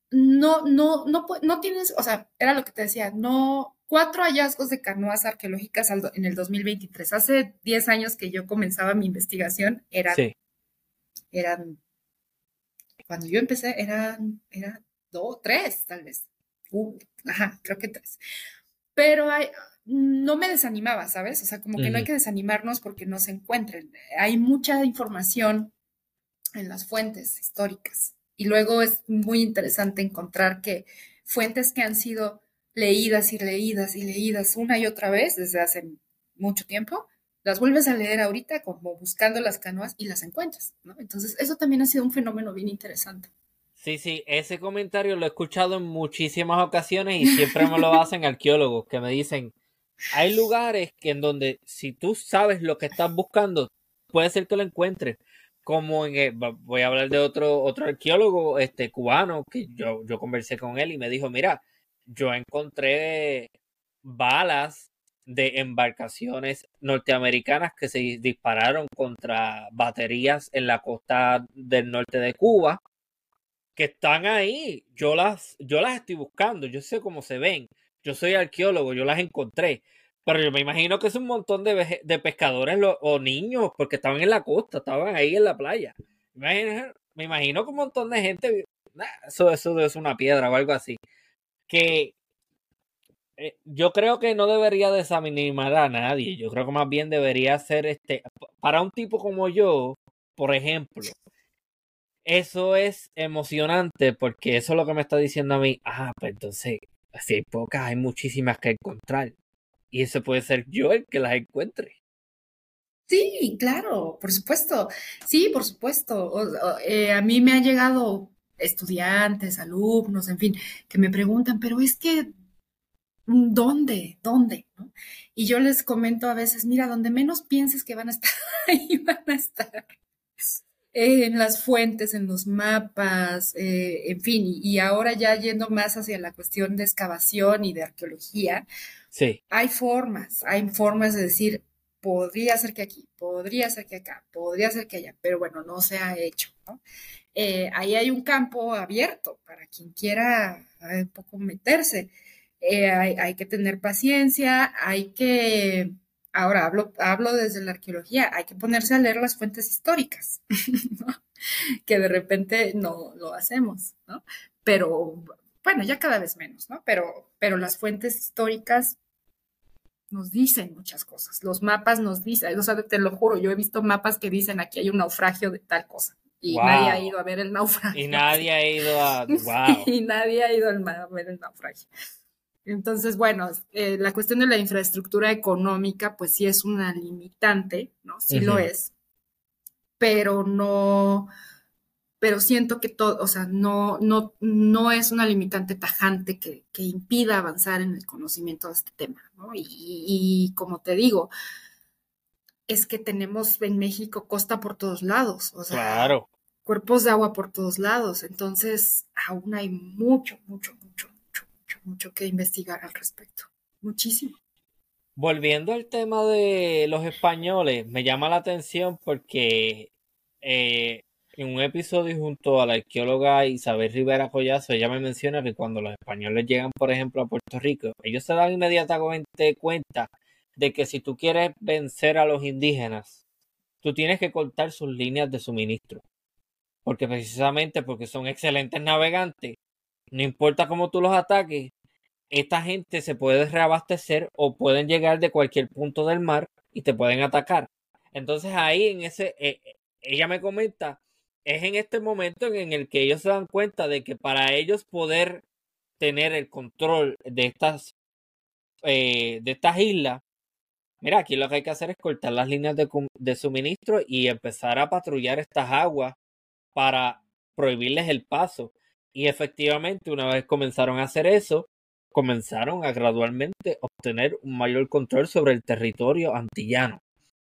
no tienes, o sea, era lo que te decía, no, 4 hallazgos de canoas arqueológicas en el 2023. Hace 10 años que yo comenzaba mi investigación, Sí. eran cuando yo empecé, eran 2, 3, tal vez. Ajá, creo que 3. Pero no me desanimaba, ¿sabes? O sea, como que no hay Ujú. que desanimarnos porque no se encuentren. Hay mucha información en las fuentes históricas. Y luego es muy interesante encontrar que fuentes que han sido leídas y leídas y leídas una y otra vez desde hace mucho tiempo, las vuelves a leer ahorita como buscando las canoas y las encuentras, ¿no? Entonces, eso también ha sido un fenómeno bien interesante. Sí, sí, ese comentario lo he escuchado en muchísimas ocasiones y siempre me lo hacen arqueólogos que me dicen, hay lugares que en donde si tú sabes lo que estás buscando, puede ser que lo encuentres. Como voy a hablar de otro arqueólogo cubano que yo conversé con él y me dijo, mira, yo encontré balas de embarcaciones norteamericanas que se dispararon contra baterías en la costa del norte de Cuba que están ahí. Yo las estoy buscando, yo sé cómo se ven. Yo soy arqueólogo, yo las encontré. Pero yo me imagino que es un montón de pescadores o niños, porque estaban en la costa, estaban ahí en la playa. Me imagino que un montón de gente, eso es una piedra o algo así. Que yo creo que no debería desanimar a nadie. Yo creo que más bien debería ser para un tipo como yo, por ejemplo. Eso es emocionante porque eso es lo que me está diciendo a mí. Ah, pues entonces, si hay pocas, hay muchísimas que encontrar. y ese puede ser yo el que las encuentre. Sí, claro, por supuesto. Sí, por supuesto. A mí me han llegado estudiantes, alumnos, en fin, que me preguntan, pero es que, ¿dónde? ¿Dónde? ¿No? Y yo les comento a veces, mira, donde menos pienses que van a estar, ahí van a estar. En las fuentes, en los mapas, en fin, y ahora ya yendo más hacia la cuestión de excavación y de arqueología, Sí, hay formas de decir, podría ser que aquí, podría ser que acá, podría ser que allá, pero bueno, no se ha hecho, ¿no? Ahí hay un campo abierto para quien quiera un poco meterse. Hay que tener paciencia, ahora hablo desde la arqueología, hay que ponerse a leer las fuentes históricas, ¿no? Que de repente no lo hacemos, ¿no? Pero bueno, ya cada vez menos, ¿no? Pero las fuentes históricas nos dicen muchas cosas. Los mapas nos dicen, o sea, te lo juro, yo he visto mapas que dicen aquí hay un naufragio de tal cosa y nadie ha wow. ido a ver el Y naufragio. nadie ha ido a... Wow. Y nadie ha ido a ver el naufragio. Entonces, bueno, la cuestión de la infraestructura económica, pues sí es una limitante, ¿no? Sí lo Ujú. es, pero no, pero siento que todo, o sea, no es una limitante tajante que impida avanzar en el conocimiento de este tema, ¿no? Y como te digo, es que tenemos en México costa por todos lados, o sea, Claro. cuerpos de agua por todos lados, entonces aún hay mucho que investigar al respecto, muchísimo. Volviendo al tema de los españoles, me llama la atención porque en un episodio junto a la arqueóloga Isabel Rivera Collazo, ella me menciona que cuando los españoles llegan, por ejemplo, a Puerto Rico, ellos se dan inmediatamente cuenta de que si tú quieres vencer a los indígenas, tú tienes que cortar sus líneas de suministro, porque precisamente porque son excelentes navegantes, no importa cómo tú los ataques, esta gente se puede reabastecer o pueden llegar de cualquier punto del mar y te pueden atacar. Entonces ahí en ella me comenta, es en este momento en el que ellos se dan cuenta de que para ellos poder tener el control de estas islas, mira, aquí lo que hay que hacer es cortar las líneas de suministro y empezar a patrullar estas aguas para prohibirles el paso. Y efectivamente, una vez comenzaron a hacer eso, comenzaron a gradualmente obtener un mayor control sobre el territorio antillano.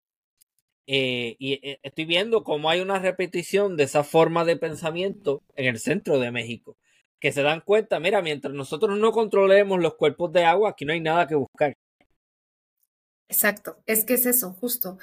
Estoy viendo cómo hay una repetición de esa forma de pensamiento en el centro de México, que se dan cuenta, mira, mientras nosotros no controlemos los cuerpos de agua, aquí no hay nada que buscar. Exacto, es que es eso, justo.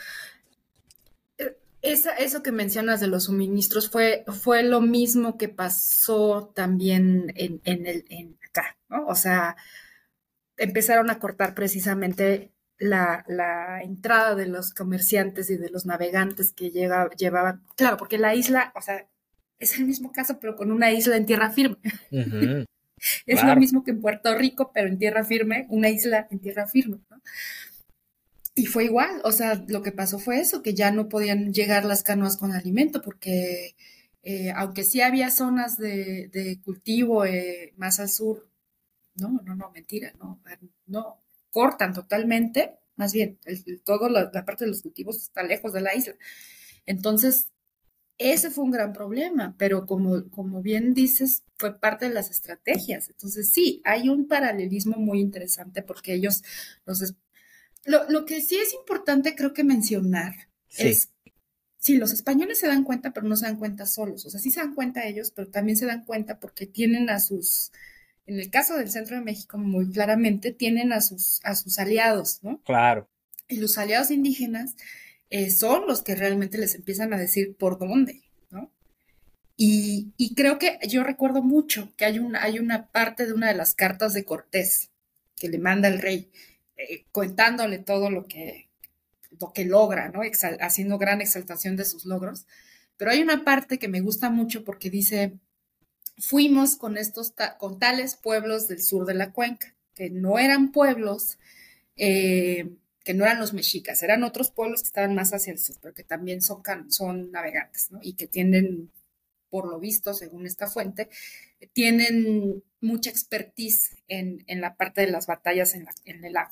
Eso que mencionas de los suministros fue lo mismo que pasó también en acá, ¿no? O sea, empezaron a cortar precisamente la entrada de los comerciantes y de los navegantes que llevaban, claro, porque la isla, o sea, es el mismo caso, pero con una isla en tierra firme. Ujú, Es lo claro. mismo que en Puerto Rico, pero en tierra firme, una isla en tierra firme, ¿no? Y fue igual, o sea, lo que pasó fue eso, que ya no podían llegar las canoas con alimento, porque aunque sí había zonas de cultivo más al sur, no, mentira, no, cortan totalmente, más bien, toda la parte de los cultivos está lejos de la isla. Entonces, ese fue un gran problema, pero como bien dices, fue parte de las estrategias. Entonces, sí, hay un paralelismo muy interesante porque los, lo que sí es importante creo que mencionar Sí, es, sí, los españoles se dan cuenta, pero no se dan cuenta solos. O sea, sí se dan cuenta ellos, pero también se dan cuenta porque tienen en el caso del centro de México, muy claramente, tienen a sus aliados, ¿no? claro. Y los aliados indígenas son los que realmente les empiezan a decir por dónde, ¿no? Y creo que yo recuerdo mucho que hay una parte de una de las cartas de Cortés que le manda el rey, contándole todo lo que logra, ¿no? Haciendo gran exaltación de sus logros. Pero hay una parte que me gusta mucho porque dice, fuimos con tales pueblos del sur de la cuenca, que no eran pueblos, que no eran los mexicas, eran otros pueblos que estaban más hacia el sur, pero que también son navegantes, ¿no? Y que tienen, por lo visto, según esta fuente, tienen mucha expertise en la parte de las batallas en el lago.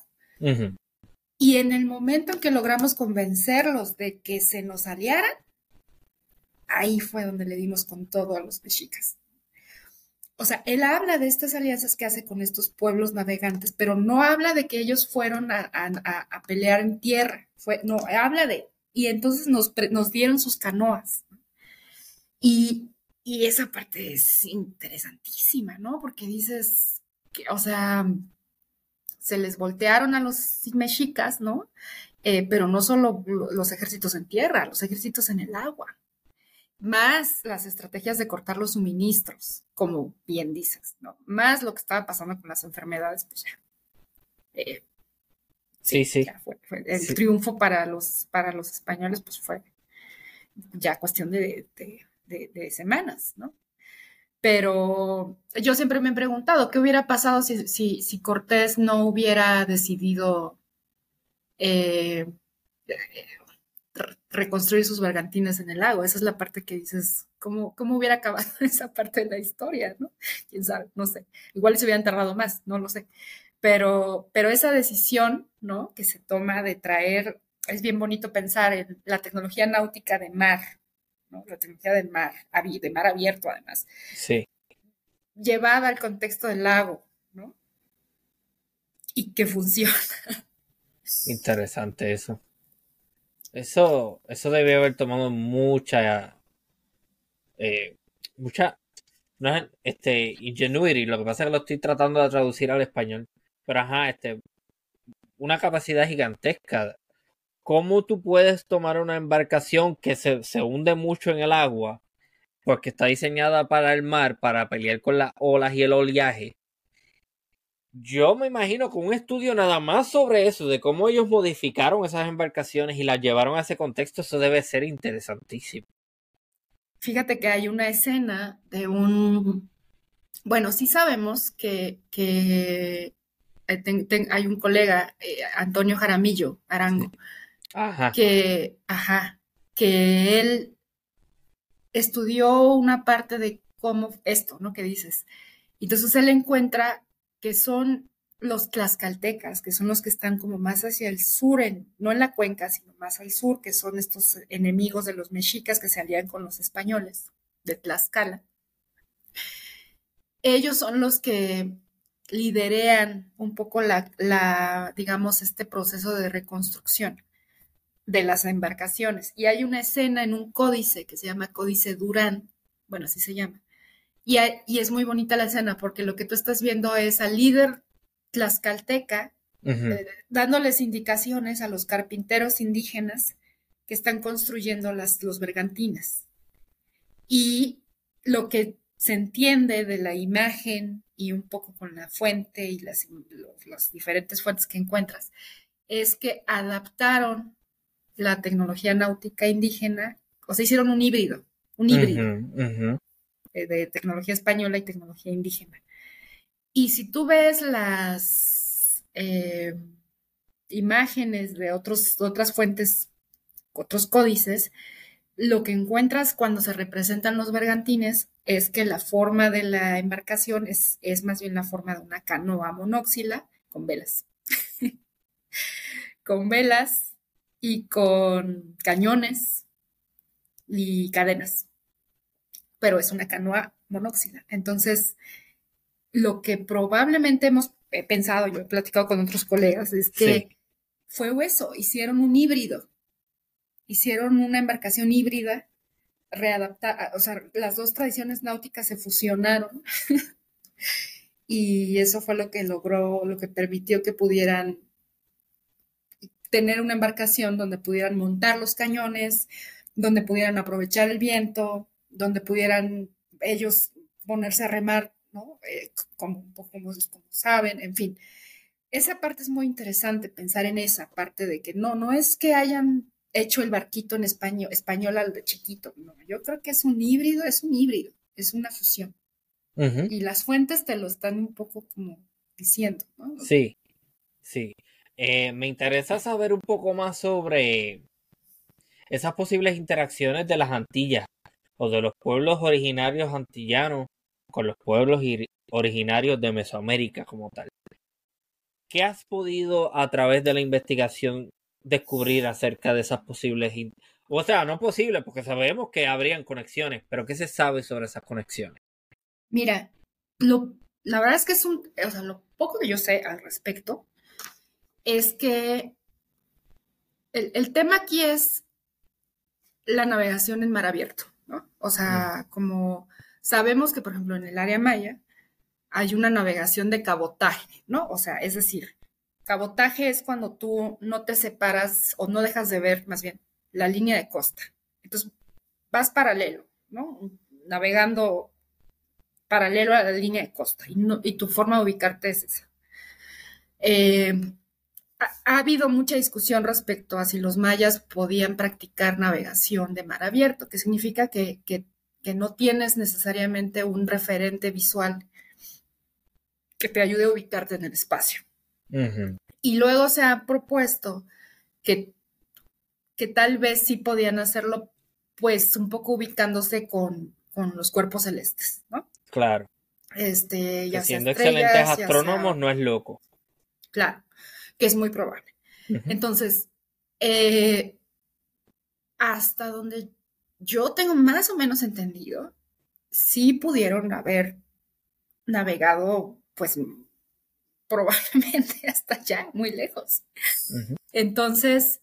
Ujú. Y en el momento en que logramos convencerlos de que se nos aliaran, ahí fue donde le dimos con todo a los mexicas. O sea, él habla de estas alianzas que hace con estos pueblos navegantes, pero no habla de que ellos fueron a pelear en tierra. No, habla de, y entonces nos dieron sus canoas. Y, y esa parte es interesantísima, ¿no? Porque dices, que, o sea, se les voltearon a los mexicas, ¿no? Pero no solo los ejércitos en tierra, los ejércitos en el agua, más las estrategias de cortar los suministros, como bien dices, ¿no? Más lo que estaba pasando con las enfermedades, pues ya, eh, Sí, sí, sí, ya fue. El sí. triunfo para los españoles, pues fue ya cuestión de semanas, ¿no? Pero yo siempre me he preguntado, ¿qué hubiera pasado si Cortés no hubiera decidido eh, reconstruir sus bergantines en el lago? Esa es la parte que dices, ¿cómo hubiera acabado esa parte de la historia? ¿No? ¿Quién sabe? No sé. Igual se hubieran tardado más, no lo sé. Pero esa decisión, ¿no? Que se toma de traer, es bien bonito pensar en la tecnología náutica de mar, ¿no? La tecnología de mar abierto además, Sí, llevada al contexto del lago, ¿no? Y que funciona. interesante eso. Eso debe haber tomado eh, mucha, no es, ingenuity. Lo que pasa es que lo estoy tratando de traducir al español. Pero ajá, una capacidad gigantesca. ¿Cómo tú puedes tomar una embarcación que se hunde mucho en el agua, porque está diseñada para el mar, para pelear con las olas y el oleaje? Yo me imagino con un estudio nada más sobre eso, de cómo ellos modificaron esas embarcaciones y las llevaron a ese contexto, eso debe ser interesantísimo. Fíjate que hay una escena de bueno, sí sabemos que hay un colega, Antonio Jaramillo Sí. Arango, Ajá, ajá, que él estudió una parte de cómo esto, ¿no? Que dices. Entonces él encuentra que son los tlaxcaltecas, que son los que están como más hacia el sur, no en la cuenca, sino más al sur, que son estos enemigos de los mexicas que se alían con los españoles de Tlaxcala. Ellos son los que liderean un poco digamos, este proceso de reconstrucción de las embarcaciones. Y hay una escena en un códice que se llama Códice Durán, bueno, así se llama. Y es muy bonita la escena porque lo que tú estás viendo es al líder tlaxcalteca ujú, dándoles indicaciones a los carpinteros indígenas que están construyendo los bergantines. Y lo que se entiende de la imagen y un poco con la fuente y las diferentes fuentes que encuentras es que adaptaron la tecnología náutica indígena, o sea, hicieron un ujú, híbrido ujú. de tecnología española y tecnología indígena. Y si tú ves las imágenes de otras fuentes, otros códices, lo que encuentras cuando se representan los bergantines es que la forma de la embarcación es más bien la forma de una canoa monóxila con velas, con velas y con cañones y cadenas, pero es una canoa monóxila. Entonces, lo que probablemente hemos pensado, yo he platicado con otros colegas, es Sí. que fue eso, hicieron una embarcación híbrida readaptada, o sea, las dos tradiciones náuticas se fusionaron y eso fue lo que logró, lo que permitió que pudieran tener una embarcación donde pudieran montar los cañones, donde pudieran aprovechar el viento, donde pudieran ellos ponerse a remar, ¿no? Como saben, en fin. Esa parte es muy interesante, pensar en esa parte de que no es que hayan hecho el barquito en español al de chiquito, no, yo creo que es un híbrido, es una fusión. Ujú. Y las fuentes te lo están un poco como diciendo, ¿no? Sí, sí. Me interesa saber un poco más sobre esas posibles interacciones de las Antillas o de los pueblos originarios antillanos con los pueblos originarios de Mesoamérica como tal. ¿qué has podido a través de la investigación descubrir acerca de esas posibles, o sea, no posibles, porque sabemos que habrían conexiones, pero qué se sabe sobre esas conexiones? Mira, la verdad es que o sea, lo poco que yo sé al respecto es que el tema aquí es la navegación en mar abierto, ¿no? O sea, como sabemos que, por ejemplo, en el área maya hay una navegación de cabotaje, ¿no? O sea, es decir, cabotaje es cuando tú no te separas o no dejas de ver, más bien, la línea de costa. Entonces, vas paralelo, ¿no? Navegando paralelo a la línea de costa y tu forma de ubicarte es esa. Ha habido mucha discusión respecto a si los mayas podían practicar navegación de mar abierto, que significa que no tienes necesariamente un referente visual que te ayude a ubicarte en el espacio. Uh-huh. Y luego se ha propuesto que tal vez sí podían hacerlo, pues un poco ubicándose con los cuerpos celestes, ¿no? Claro. Que Ya sea siendo excelentes estrellas, astrónomos no es loco. Claro, que es muy probable. Uh-huh. Entonces, hasta donde yo tengo más o menos entendido, sí pudieron haber navegado, pues, probablemente hasta allá, muy lejos. Uh-huh. Entonces,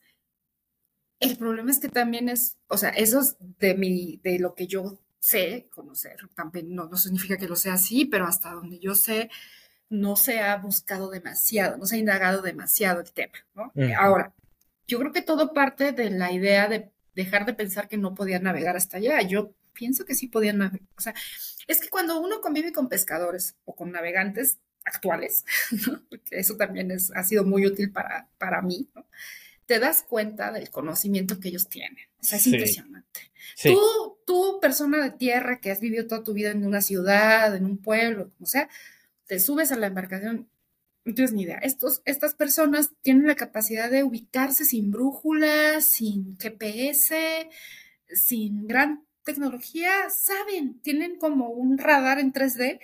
el problema es que también o sea, eso es de lo que yo sé conocer, también no significa que lo sea así, pero hasta donde yo sé, no se ha buscado demasiado, no se ha indagado demasiado el tema, ¿no? Uh-huh. Ahora, yo creo que todo parte de la idea de dejar de pensar que no podían navegar hasta allá. Yo pienso que sí podían navegar. O sea, es que cuando uno convive con pescadores o con navegantes actuales, ¿no? Porque eso también ha sido muy útil para mí, ¿no? Te das cuenta del conocimiento que ellos tienen. O sea, es impresionante. Sí. Tú, persona de tierra que has vivido toda tu vida en una ciudad, en un pueblo, como sea, te subes a la embarcación, no tienes ni idea. Estas personas tienen la capacidad de ubicarse sin brújula, sin GPS, sin gran tecnología, saben, tienen como un radar en 3D,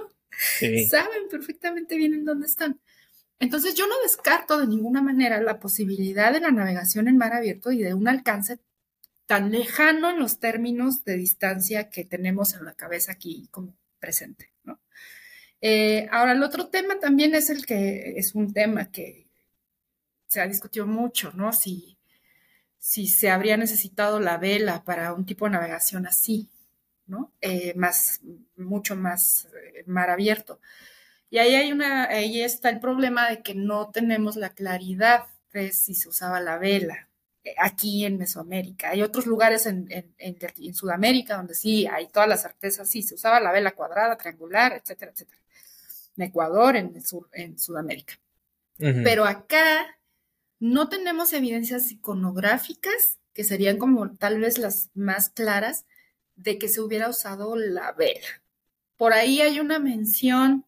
sí. Saben perfectamente bien en dónde están. Entonces yo no descarto de ninguna manera la posibilidad de la navegación en mar abierto y de un alcance tan lejano en los términos de distancia que tenemos en la cabeza aquí como presente, ¿no? Ahora, el otro tema también es es un tema que se ha discutido mucho, ¿no? Si se habría necesitado la vela para un tipo de navegación así, ¿no? Mucho más mar abierto. Y ahí está el problema de que no tenemos la claridad de si se usaba la vela aquí en Mesoamérica. Hay otros lugares en Sudamérica donde sí hay todas las certezas, sí, se usaba la vela cuadrada, triangular, etcétera, etcétera. En Ecuador, en Sudamérica. Uh-huh. Pero acá no tenemos evidencias iconográficas, que serían como tal vez las más claras, de que se hubiera usado la vela. Por ahí hay una mención,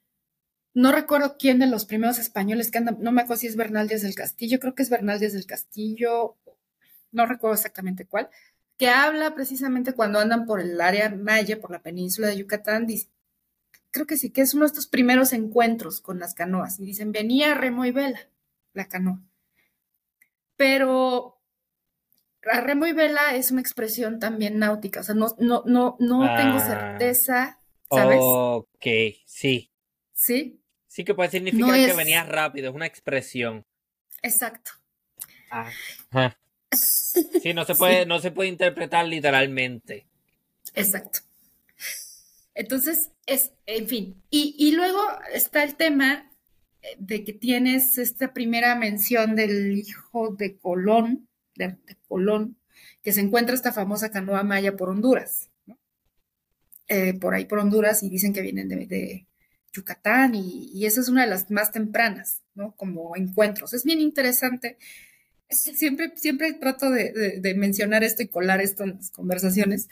no recuerdo quién de los primeros españoles que andan, no me acuerdo si es Bernal Díaz del Castillo, creo que es Bernal Díaz del Castillo, no recuerdo exactamente cuál, que habla precisamente cuando andan por el área maya, por la península de Yucatán, creo que sí, que es uno de estos primeros encuentros con las canoas, y dicen, venía remo y vela, la canoa. Pero a remo y vela es una expresión también náutica, o sea, no tengo certeza, ¿sabes? Ok, sí. ¿Sí? Sí que puede significar que venía rápido, es una expresión. Exacto. Ajá. Sí, no se puede interpretar literalmente. Exacto. Entonces, en fin, y luego está el tema de que tienes esta primera mención del hijo de Colón, de Colón, que se encuentra esta famosa canoa maya por Honduras, ¿no? Por ahí por Honduras, y dicen que vienen de Yucatán, y esa es una de las más tempranas, ¿no? Como encuentros. Es bien interesante. Siempre trato de mencionar esto y colar esto en las conversaciones.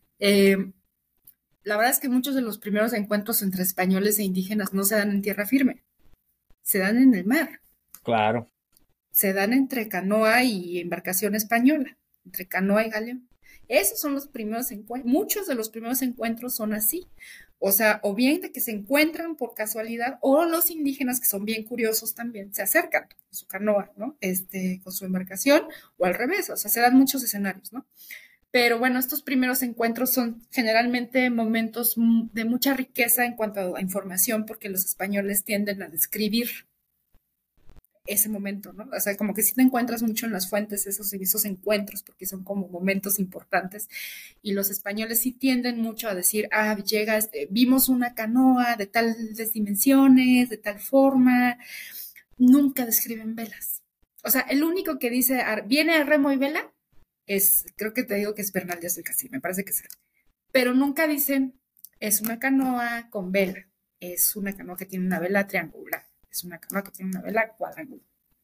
La verdad es que muchos de los primeros encuentros entre españoles e indígenas no se dan en tierra firme, se dan en el mar. Claro. Se dan entre canoa y embarcación española, entre canoa y galeón. Esos son los primeros encuentros. Muchos de los primeros encuentros son así. O sea, o bien de que se encuentran por casualidad, o los indígenas que son bien curiosos también se acercan con su canoa, ¿no? Con su embarcación, o al revés, o sea, se dan muchos escenarios, ¿no? Pero bueno, estos primeros encuentros son generalmente momentos de mucha riqueza en cuanto a información, porque los españoles tienden a describir ese momento, ¿no? O sea, como que sí te encuentras mucho en las fuentes esos encuentros, porque son como momentos importantes, y los españoles sí tienden mucho a decir, vimos una canoa de tales dimensiones, de tal forma, nunca describen velas. O sea, el único que dice, viene a remo y vela, creo que te digo que es Bernal Díaz del Castillo, me parece que es él. Pero nunca dicen, es una canoa con vela, es una canoa que tiene una vela triangular, es una canoa que tiene una vela cuadrangular.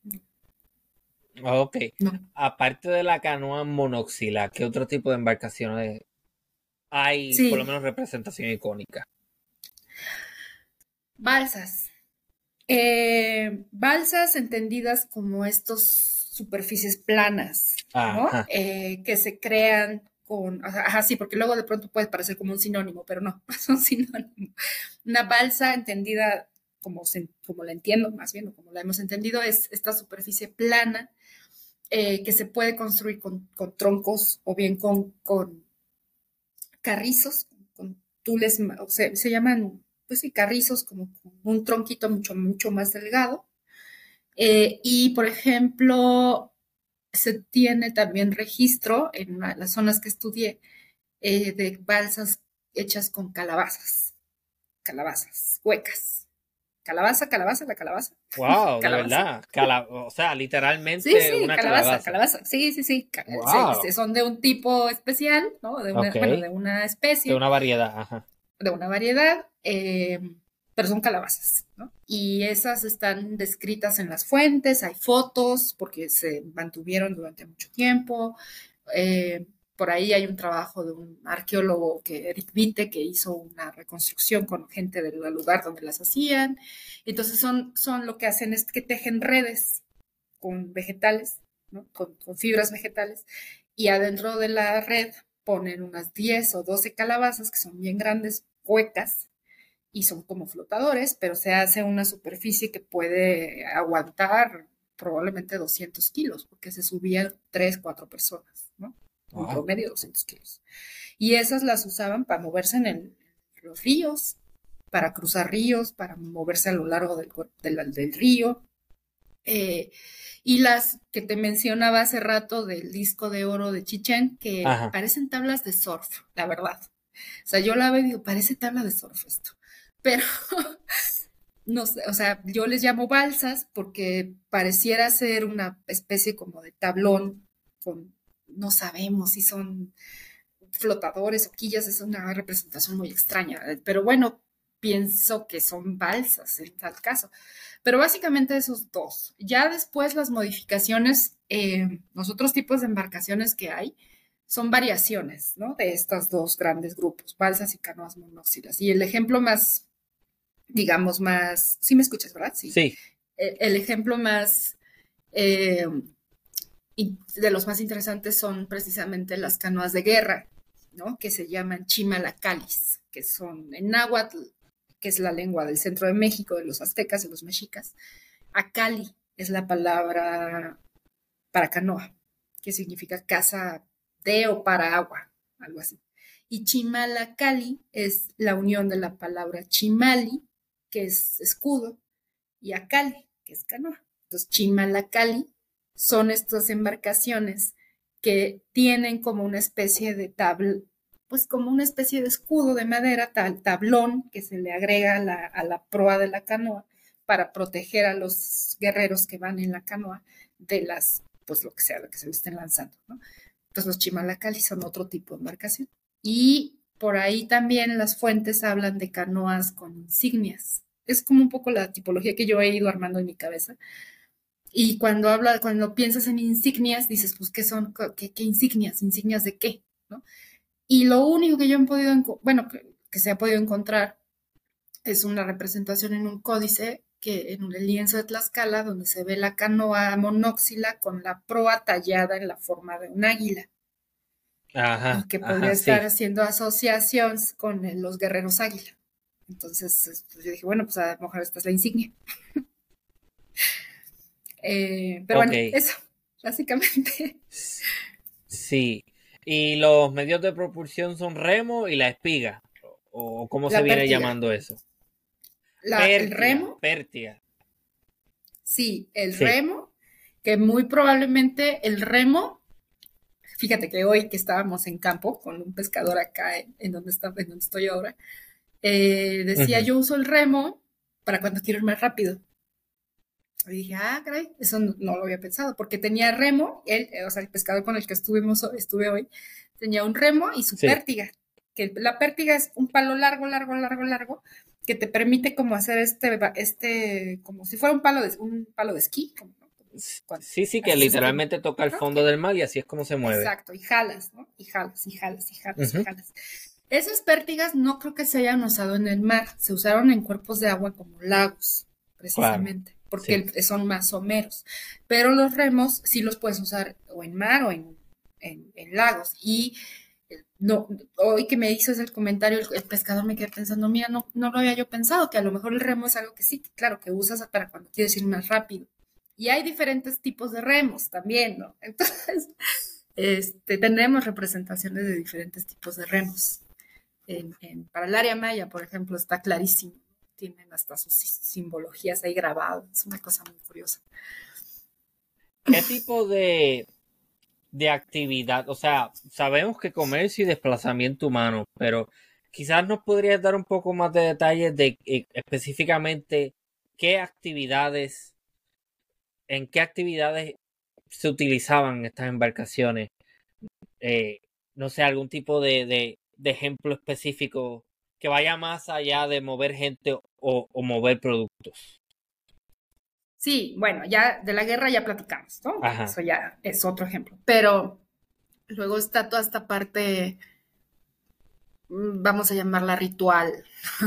Ok. No. Aparte de la canoa monoxila, ¿qué otro tipo de embarcaciones hay, por lo Sí, menos representación icónica? balsas. Balsas entendidas como estos superficies planas, ¿no? Ajá. Que se crean ajá, sí, porque luego de pronto puede parecer como un sinónimo, pero no, es un sinónimo. Una balsa entendida como la entiendo, más bien, o como la hemos entendido, es esta superficie plana que se puede construir con troncos o bien con carrizos, con tules, o sea, se llaman, pues sí, carrizos, como con un tronquito mucho, mucho más delgado. Y, por ejemplo, se tiene también registro en las zonas que estudié de balsas hechas con calabazas huecas. Calabaza, la calabaza. Wow, de Calabaza. verdad. O sea, Sí, literalmente sí, una calabaza. calabaza. Sí, sí, sí. Wow. Son de un tipo especial, ¿no? Ok. Bueno, de una De especie, una variedad, ajá. de una variedad, pero son calabazas, ¿no? Y esas están descritas en las fuentes, hay fotos, porque se mantuvieron durante mucho tiempo. Por ahí hay un trabajo de un arqueólogo, Eric Witte, que hizo una reconstrucción con gente del lugar donde las hacían. Entonces son lo que hacen es que tejen redes con vegetales, ¿no? Con fibras vegetales, y adentro de la red ponen unas 10 o 12 calabazas que son bien grandes, huecas, y son como flotadores, pero se hace una superficie que puede aguantar probablemente 200 kilos, porque se subían 3, 4 personas, ¿no? En Wow. promedio 200 kilos. Y esas las usaban para moverse en los ríos, para cruzar ríos, para moverse a lo largo del río. Eh, y las que te mencionaba hace rato del disco de oro de Chichén, que Ajá. parecen tablas de surf, la verdad. O sea, yo la veo y digo, parece tabla de surf esto. Pero no sé, o sea, yo les llamo balsas porque pareciera ser una especie como de tablón no sabemos si son flotadores o quillas, es una representación muy extraña, pero bueno, pienso que son balsas en tal caso. Pero básicamente esos dos. Ya después las modificaciones, los otros tipos de embarcaciones que hay son variaciones, ¿no? De estos dos grandes grupos, balsas y canoas monóxilas. Y el ejemplo más, digamos, sí me escuchas, ¿verdad? Sí. Sí. El ejemplo más, eh, de los más interesantes son precisamente las canoas de guerra, ¿no? Que se llaman chimalacalis, que son en náhuatl, que es la lengua del centro de México, de los aztecas, de los mexicas. Acali es la palabra para canoa, que significa casa de o para agua, algo así. Y chimalacali es la unión de la palabra chimali, que es escudo, y acali, que es canoa. Entonces, chimalacali son estas embarcaciones que tienen como una especie de pues como una especie de escudo de madera, tablón que se le agrega a la proa de la canoa para proteger a los guerreros que van en la canoa de pues lo que sea, lo que se le estén lanzando, ¿no? Entonces los chimalacali son otro tipo de embarcación. Y por ahí también las fuentes hablan de canoas con insignias. Es como un poco la tipología que yo he ido armando en mi cabeza. Y cuando piensas en insignias, dices, pues, ¿qué son? ¿Qué insignias? ¿Insignias de qué? ¿No? Y lo único que yo he podido, bueno, que se ha podido encontrar es una representación en un códice en el lienzo de Tlaxcala, donde se ve la canoa monóxila con la proa tallada en la forma de un águila. Ajá, y que podría ajá, estar sí. haciendo asociación con los guerreros águila. Entonces, pues yo dije, bueno, pues a lo mejor esta es la insignia. Pero Ok. bueno, eso, básicamente. S- Sí. ¿Y los medios de propulsión son remo y la espiga? ¿O cómo se La viene pértiga. llamando eso? El Pértiga, remo, pértiga. sí, el Sí. remo, que muy probablemente el remo, fíjate que hoy que estábamos en campo con un pescador acá en donde estoy ahora, decía Ujú. yo uso el remo para cuando quiero ir más rápido. Y dije, ah, caray, eso no lo había pensado, porque tenía remo, él, o sea, el pescador con el que estuve hoy, tenía un remo y su Sí. pértiga, que la pértiga es un palo largo, largo, largo, largo, que te permite como hacer como si fuera un palo de esquí, como, ¿no? Cuando Sí, sí, que haces este, literalmente toca el ¿no? fondo del mar y así es como se mueve. Exacto, y jalas, ¿no? Y jalas, y jalas, y jalas, y Ujú. jalas. Esas pértigas no creo que se hayan usado en el mar, se usaron en cuerpos de agua como lagos, Claro. precisamente, porque Sí. son más someros. Pero los remos sí los puedes usar o en mar o en lagos. Y no, hoy que me hizo el comentario, el pescador me quedé pensando, mira, no lo había yo pensado, que a lo mejor el remo es algo que sí, claro, que usas para cuando quieres ir más rápido. Y hay diferentes tipos de remos también, ¿no? Entonces, tendremos representaciones de diferentes tipos de remos. Para el área maya, por ejemplo, está clarísimo. Tienen hasta sus simbologías ahí grabadas. Es una cosa muy curiosa. ¿Qué tipo de actividad? O sea, sabemos que comercio y desplazamiento humano, pero quizás nos podrías dar un poco más de detalles de específicamente qué actividades, en qué actividades se utilizaban estas embarcaciones. Eh, no sé, algún tipo de ejemplo específico que vaya más allá de mover gente o mover productos. Sí, bueno, ya de la guerra ya platicamos, ¿no? Ajá, Eso ya es otro ejemplo. Pero luego está toda esta parte, vamos a llamarla ritual,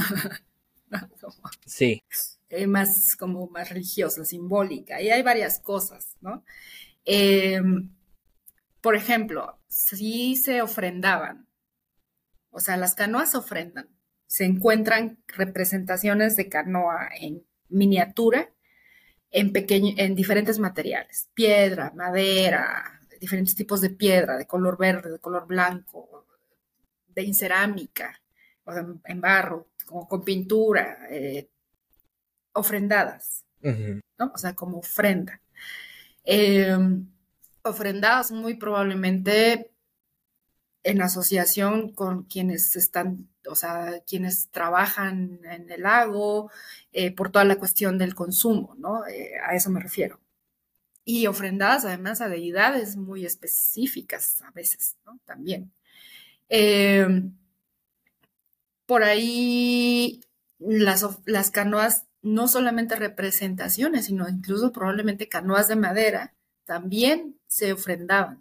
sí. más como más religiosa, simbólica. Y hay varias cosas, ¿no? Eh, por ejemplo, si se ofrendaban, o sea, las canoas se ofrendan, se encuentran representaciones de canoa en miniatura, en diferentes materiales, piedra, madera, diferentes tipos de piedra, de color verde, de color blanco, de cerámica, o sea, en barro, con pintura, ofrendadas, Ujú. ¿no? O sea, como ofrenda. Eh, ofrendadas muy probablemente en asociación con quienes están, o sea, quienes trabajan en el lago, por toda la cuestión del consumo, ¿no? A eso me refiero. Y ofrendadas además a deidades muy específicas a veces, ¿no? También. Eh, por ahí las canoas, no solamente representaciones, sino incluso probablemente canoas de madera, también se ofrendaban.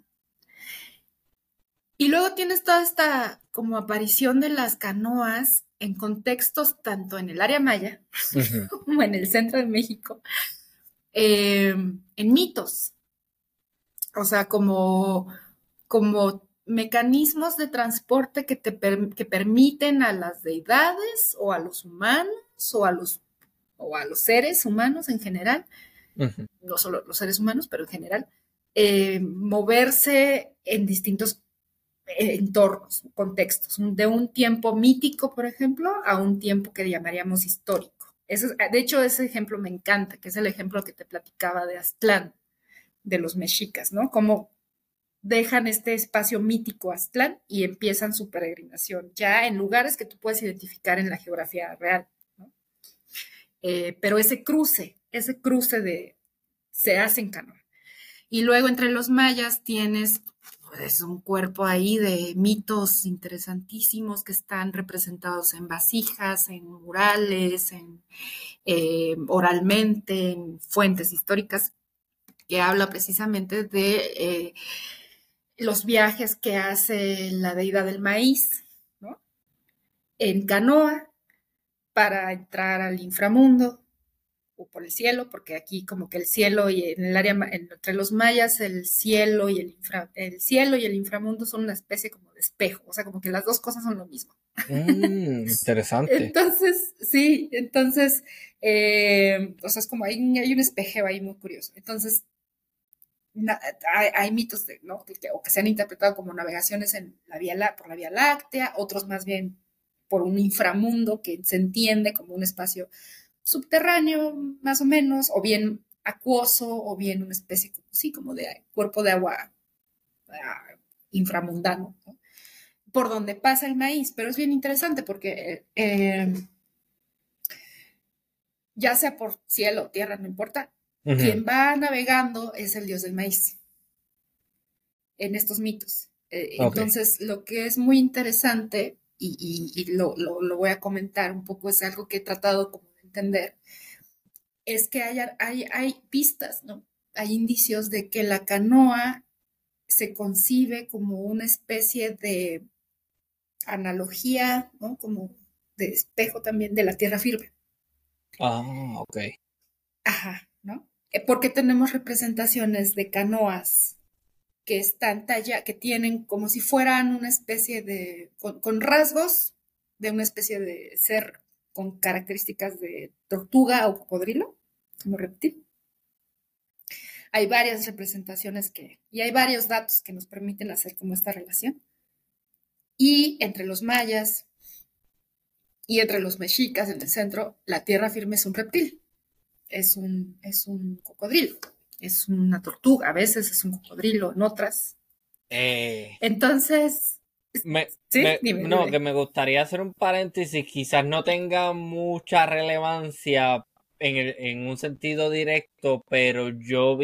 Y luego tienes toda esta como aparición de las canoas en contextos tanto en el área maya Ujú. como en el centro de México, en mitos, o sea, como mecanismos de transporte que permiten a las deidades o a los humanos o o a los seres humanos en general, Ujú. no solo los seres humanos, pero en general, moverse en distintos entornos, contextos, de un tiempo mítico, por ejemplo, a un tiempo que llamaríamos histórico. De hecho, ese ejemplo me encanta, que es el ejemplo que te platicaba de Aztlán, de los mexicas, ¿no? Cómo dejan este espacio mítico Aztlán y empiezan su peregrinación, ya en lugares que tú puedes identificar en la geografía real, ¿no? Pero ese cruce se hace en canoa. Y luego entre los mayas tienes pues, un cuerpo ahí de mitos interesantísimos que están representados en vasijas, en murales, oralmente, en fuentes históricas, que habla precisamente de los viajes que hace la deidad del maíz, ¿no? En canoa para entrar al inframundo, o por el cielo, porque aquí como que el cielo y en el área, entre los mayas, el cielo y el cielo y el inframundo son una especie como de espejo, o sea, como que las dos cosas son lo mismo. Interesante. Entonces, sí, entonces, o sea, es como hay un espejeo ahí muy curioso. Entonces, hay mitos de, ¿no? o que se han interpretado como navegaciones en por la Vía Láctea, otros más bien por un inframundo que se entiende como un espacio subterráneo, más o menos, o bien acuoso, o bien una especie como, sí, como de cuerpo de agua inframundano, ¿no? Por donde pasa el maíz, pero es bien interesante porque ya sea por cielo o tierra, no importa, Ujú. quien va navegando es el dios del maíz en estos mitos. Ok. Entonces, lo que es muy interesante, y lo voy a comentar un poco, es algo que he tratado como de entender, es que hay pistas, ¿no? Hay indicios de que la canoa se concibe como una especie de analogía, ¿no? Como de espejo también de la tierra firme. Ah, ok. Ajá, ¿no? Porque tenemos representaciones de canoas que están que tienen como si fueran una especie con rasgos de una especie de ser con características de tortuga o cocodrilo, como reptil. Hay varias representaciones y hay varios datos que nos permiten hacer como esta relación. Y entre los mayas y entre los mexicas en el centro, la tierra firme es un reptil, es un cocodrilo, es una tortuga, a veces es un cocodrilo, en otras. Eh, Entonces, ¿sí? Dime, no, que dime. me gustaría hacer un paréntesis, quizás no tenga mucha relevancia en un sentido directo, pero yo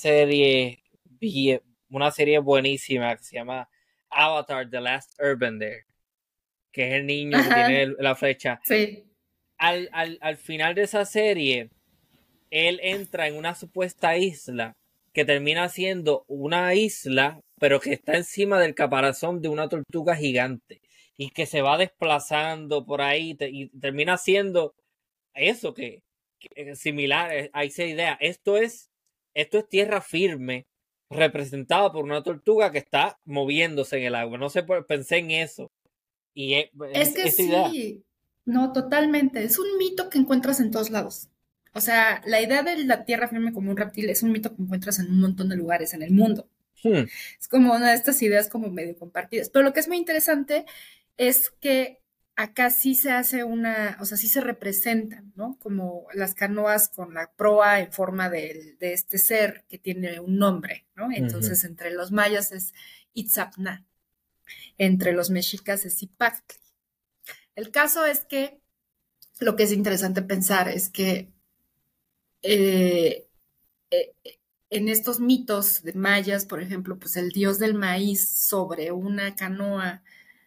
una serie buenísima que se llama Avatar: The Last Airbender, que es el niño que tiene Ajá, la flecha. sí. Al final de esa serie, él entra en una supuesta isla que termina siendo una isla, pero que está encima del caparazón de una tortuga gigante y que se va desplazando por ahí y termina siendo eso que es similar a esa idea. Esto es tierra firme representada por una tortuga que está moviéndose en el agua. No sé, pensé en eso y Es que esa idea. sí, no, totalmente. Es un mito que encuentras en todos lados. O sea, la idea de la tierra firme como un reptil es un mito que encuentras en un montón de lugares en el mundo. Hmm. Es como una de estas ideas como medio compartidas. Pero lo que es muy interesante es que acá sí se hace o sea, sí se representan, ¿no? Como las canoas con la proa en forma de este ser que tiene un nombre, ¿no? Ujú. Entonces, entre los mayas es Itzapna, entre los mexicas es Zipactli. El caso es que lo que es interesante pensar es que eh, eh, en estos mitos de mayas, por ejemplo, pues el dios del maíz sobre una canoa,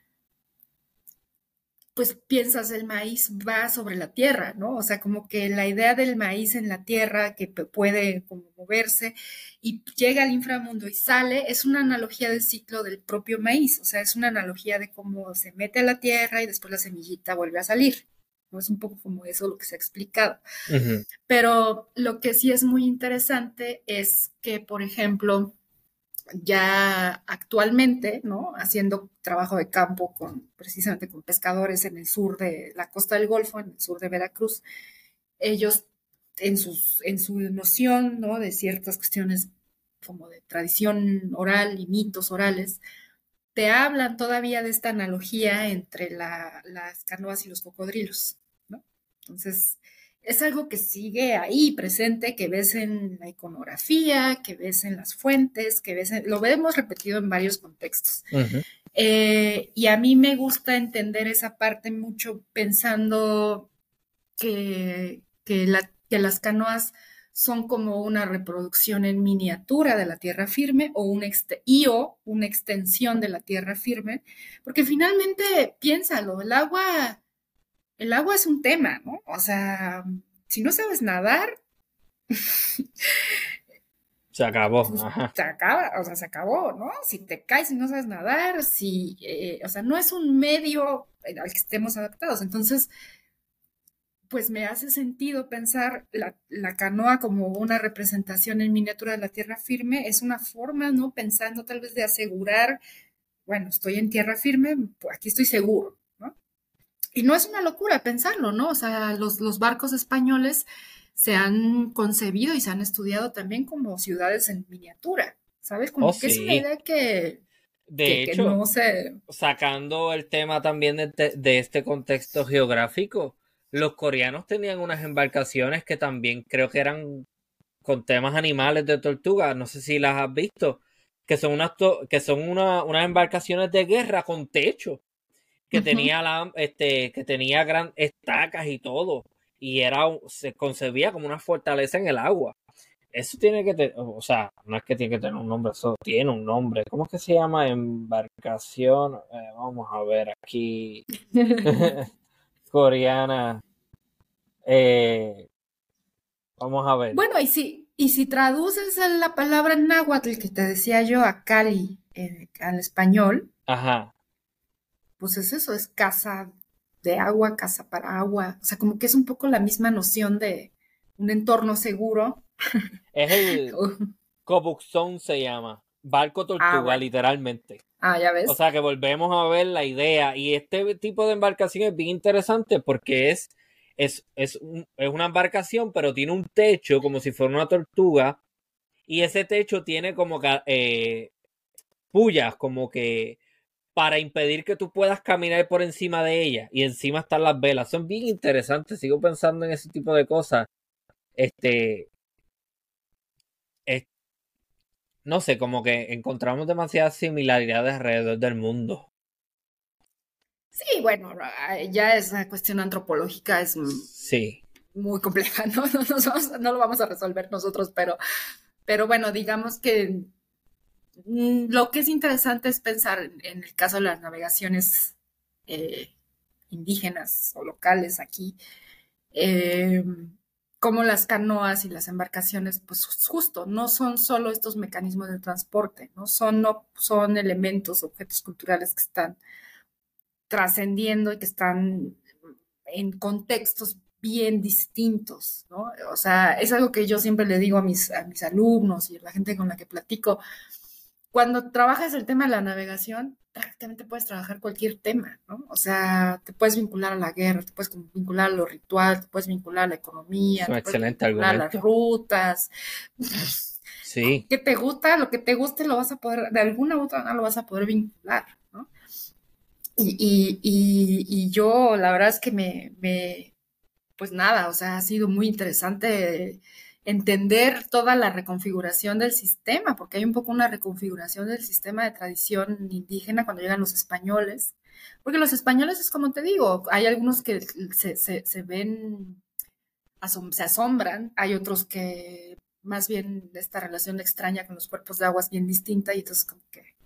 pues piensas el maíz va sobre la tierra, ¿no? O sea, como que la idea del maíz en la tierra que puede como moverse y llega al inframundo y sale, es una analogía del ciclo del propio maíz, o sea, es una analogía de cómo se mete a la tierra y después la semillita vuelve a salir. ¿No? Es un poco como eso lo que se ha explicado. Ujú. Pero lo que sí es muy interesante es que, por ejemplo, ya actualmente, ¿no? Haciendo trabajo de campo precisamente con pescadores en el sur de la costa del Golfo, en el sur de Veracruz, ellos en su noción, ¿no? De ciertas cuestiones como de tradición oral y mitos orales, te hablan todavía de esta analogía entre las canoas y los cocodrilos, ¿no? Entonces, es algo que sigue ahí presente, que ves en la iconografía, que ves en las fuentes, lo vemos repetido en varios contextos. Ujú. Y a mí me gusta entender esa parte mucho pensando que las canoas son como una reproducción en miniatura de la tierra firme o una extensión de la tierra firme, porque finalmente piénsalo, el agua es un tema, ¿no? O sea, si no sabes nadar, Se acabó. pues Ajá. se acaba, o sea, se acabó, ¿no? Si te caes y no sabes nadar, o sea, no es un medio al que estemos adaptados. Entonces, pues me hace sentido pensar la canoa como una representación en miniatura de la tierra firme, es una forma, ¿no? Pensando tal vez de asegurar, bueno, estoy en tierra firme, pues aquí estoy seguro, ¿no? Y no es una locura pensarlo, ¿no? O sea, los barcos españoles se han concebido y se han estudiado también como ciudades en miniatura, ¿sabes? Oh, Como que es una sí. idea De que hecho, no se... sacando el tema también de este contexto geográfico, los coreanos tenían unas embarcaciones que también creo que eran con temas animales de tortuga, no sé si las has visto, que son unas embarcaciones de guerra con techo, que Ujú. tenía que tenía gran estacas y todo, y se concebía como una fortaleza en el agua. Eso tiene que tener, o sea, no es que tiene que tener un nombre, eso tiene un nombre. ¿Cómo es que se llama? Embarcación. Vamos a ver aquí. Coreana. Eh, vamos a ver. Bueno, y si traduces la palabra náhuatl que te decía yo a Cali al español, Ajá. pues es eso, es casa de agua, casa para agua. O sea, como que es un poco la misma noción de un entorno seguro. Es el Kobuxon se llama. Barco Ah, tortuga, bueno. literalmente. Ah, ya O ves. sea que volvemos a ver la idea. Y este tipo de embarcación es bien interesante porque es una embarcación, pero tiene un techo como si fuera una tortuga. Y ese techo tiene como pullas, como que para impedir que tú puedas caminar por encima de ella. Y encima están las velas. Son bien interesantes. Sigo pensando en ese tipo de cosas. Este, es- no sé, como que encontramos demasiadas similaridades alrededor del mundo. Sí, bueno, ya es una cuestión antropológica, es Sí, muy compleja, ¿no? No lo vamos a resolver nosotros, pero bueno, digamos que lo que es interesante es pensar en el caso de las navegaciones eh, indígenas o locales aquí, eh, como las canoas y las embarcaciones, pues justo, no son solo estos mecanismos de transporte, no son elementos, objetos culturales que están trascendiendo y que están en contextos bien distintos, ¿no? O sea, es algo que yo siempre le digo a mis alumnos y a la gente con la que platico. Cuando trabajas el tema de la navegación, prácticamente puedes trabajar cualquier tema, ¿no? O sea, te puedes vincular a la guerra, te puedes vincular a lo ritual, te puedes vincular a la es economía, un te puedes excelente vincular a las argumento. rutas. Sí, ¿Qué te gusta? Lo que te guste lo vas a poder, de alguna u otra manera lo vas a poder vincular, ¿no? Y yo, la verdad es que pues nada, o sea, ha sido muy interesante entender toda la reconfiguración del sistema, porque hay un poco una reconfiguración del sistema de tradición indígena cuando llegan los españoles, porque los españoles es como te digo, hay algunos que se ven, se asombran, hay otros que más bien esta relación extraña con los cuerpos de agua es bien distinta y entonces como que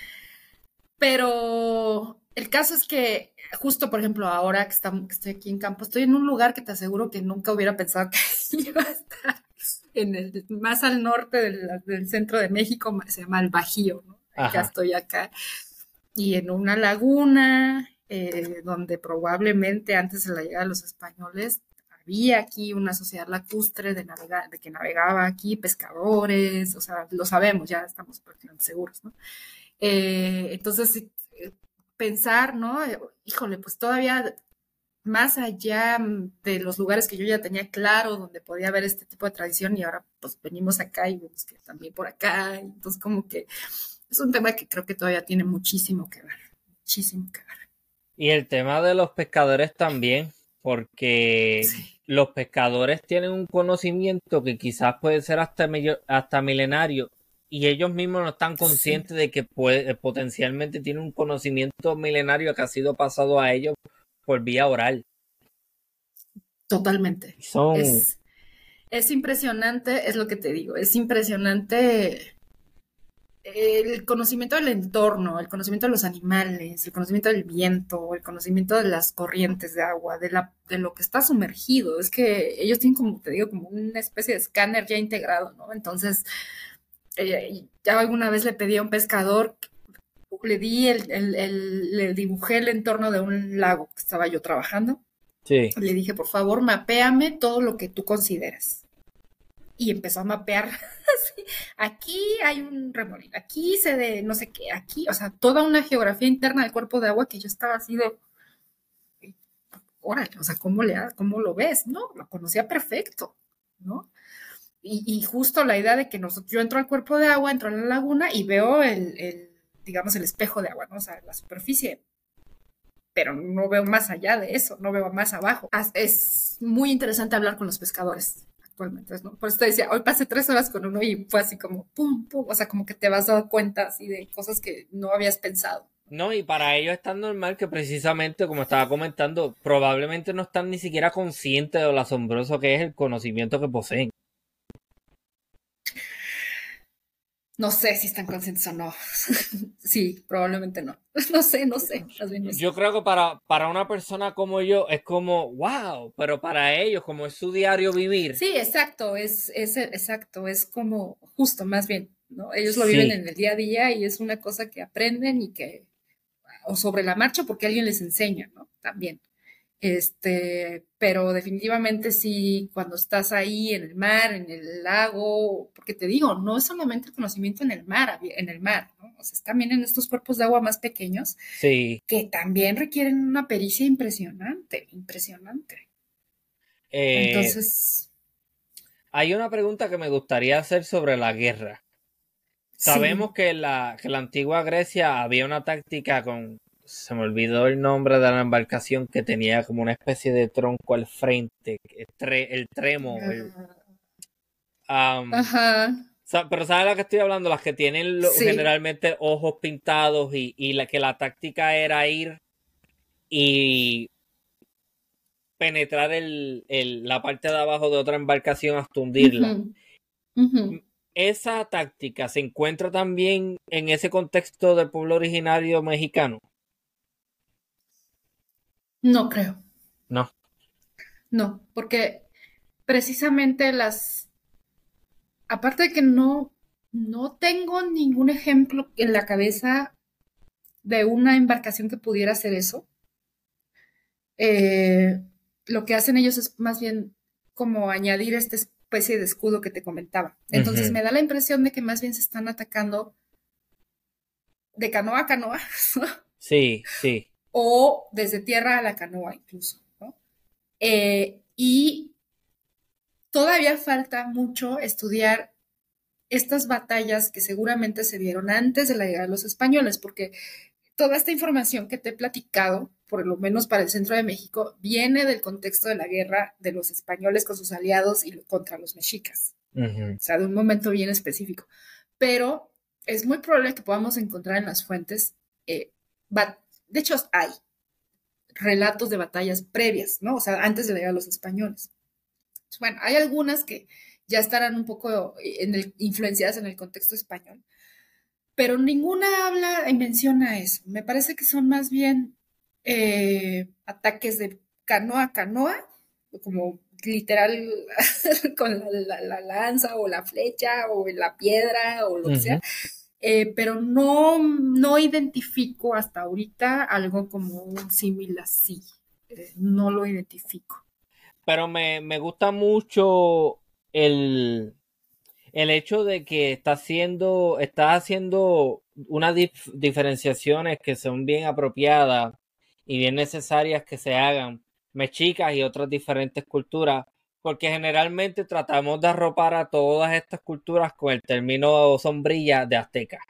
pero el caso es que justo, por ejemplo, ahora que estoy aquí en campo, estoy en un lugar que te aseguro que nunca hubiera pensado que iba a estar más al norte del centro de México, se llama el Bajío, ¿no? Ya ajá. estoy acá. Y en una laguna, donde probablemente antes de la llegada de los españoles había aquí una sociedad lacustre de que navegaba aquí, pescadores, o sea, lo sabemos, ya estamos prácticamente seguros, ¿no? Entonces, pensar, ¿no? Híjole, pues todavía más allá de los lugares que yo ya tenía claro, donde podía haber este tipo de tradición y ahora pues venimos acá y vemos que también por acá, entonces como que es un tema que creo que todavía tiene muchísimo que ver. Y el tema de los pescadores también, porque Sí, los pescadores tienen un conocimiento que quizás puede ser hasta milenario y ellos mismos no están sí, conscientes de que potencialmente tienen un conocimiento milenario que ha sido pasado a ellos por vía oral. totalmente. Y son, Es, es impresionante, es lo que te digo, es impresionante el conocimiento del entorno, el conocimiento de los animales, el conocimiento del viento, el conocimiento de las corrientes de agua, de lo que está sumergido. Es que ellos tienen, como te digo, como una especie de escáner ya integrado, ¿no? Entonces, ya alguna vez le pedí a un pescador, le dibujé el entorno de un lago que estaba yo trabajando Sí. Le dije, por favor, mapéame todo lo que tú consideras. Y empezó a mapear así. Aquí hay un remolino, aquí se de no sé qué, aquí, o sea, toda una geografía interna del cuerpo de agua que yo estaba así de, órale, o sea, ¿cómo lo ves? No, lo conocía perfecto, ¿no? Y justo la idea de que yo entro al cuerpo de agua, entro a la laguna y veo digamos, el espejo de agua, ¿no? O sea, la superficie, pero no veo más allá de eso, no veo más abajo. Es muy interesante hablar con los pescadores actualmente, ¿no? Por eso te decía, hoy pasé 3 horas con uno y fue así como pum, pum, o sea, como que te vas dando cuenta así de cosas que no habías pensado. No, y para ellos es tan normal que precisamente, como estaba comentando, probablemente no están ni siquiera conscientes de lo asombroso que es el conocimiento que poseen. No sé si están conscientes o no. Sí, probablemente no. No sé, más bien no sé. Yo creo que para una persona como yo es como, wow, pero para ellos, como es su diario vivir, Sí, exacto, exacto, es como justo, más bien, ¿no? Ellos lo viven sí. en el día a día y es una cosa que aprenden o sobre la marcha porque alguien les enseña, ¿no? También. Pero definitivamente sí, cuando estás ahí en el mar, en el lago, porque te digo, no es solamente el conocimiento en el mar, ¿no? O sea, es también en estos cuerpos de agua más pequeños Sí. que también requieren una pericia impresionante, impresionante. Eh, Entonces, Hay una pregunta que me gustaría hacer sobre la guerra. Sabemos sí. que la antigua Grecia había una táctica con, se me olvidó el nombre de la embarcación que tenía como una especie de tronco al frente, el tremo, am, Ajá, pero ¿sabes de la que estoy hablando? Las que tienen sí. generalmente ojos pintados y que la táctica era ir y penetrar la parte de abajo de otra embarcación hasta hundirla. Ujú, ujú. ¿Esa táctica se encuentra también en ese contexto del pueblo originario mexicano? No creo, No. no, porque precisamente aparte de que no tengo ningún ejemplo en la cabeza de una embarcación que pudiera hacer eso. Eh, lo que hacen ellos es más bien como añadir esta especie de escudo que te comentaba. Entonces Ujú. me da la impresión de que más bien se están atacando de canoa a canoa Sí, sí. o desde tierra a la canoa incluso, ¿no? Y todavía falta mucho estudiar estas batallas que seguramente se dieron antes de la llegada de los españoles, porque toda esta información que te he platicado, por lo menos para el centro de México, viene del contexto de la guerra de los españoles con sus aliados y contra los mexicas, Ujú. o sea, de un momento bien específico. Pero es muy probable que podamos encontrar en las fuentes, eh, de hecho hay relatos de batallas previas, ¿no? O sea, antes de llegar a los españoles. Bueno, hay algunas que ya estarán un poco influenciadas en el contexto español, pero ninguna habla y menciona eso. Me parece que son más bien ataques de canoa a canoa, como literal con la lanza o la flecha o la piedra o lo que sea, Ujú. pero no identifico hasta ahorita algo como un símil así. No lo identifico. Pero me gusta mucho el, el hecho de que estás haciendo unas diferenciaciones que son bien apropiadas y bien necesarias que se hagan mexicas y otras diferentes culturas, porque generalmente tratamos de arropar a todas estas culturas con el término sombrilla de azteca.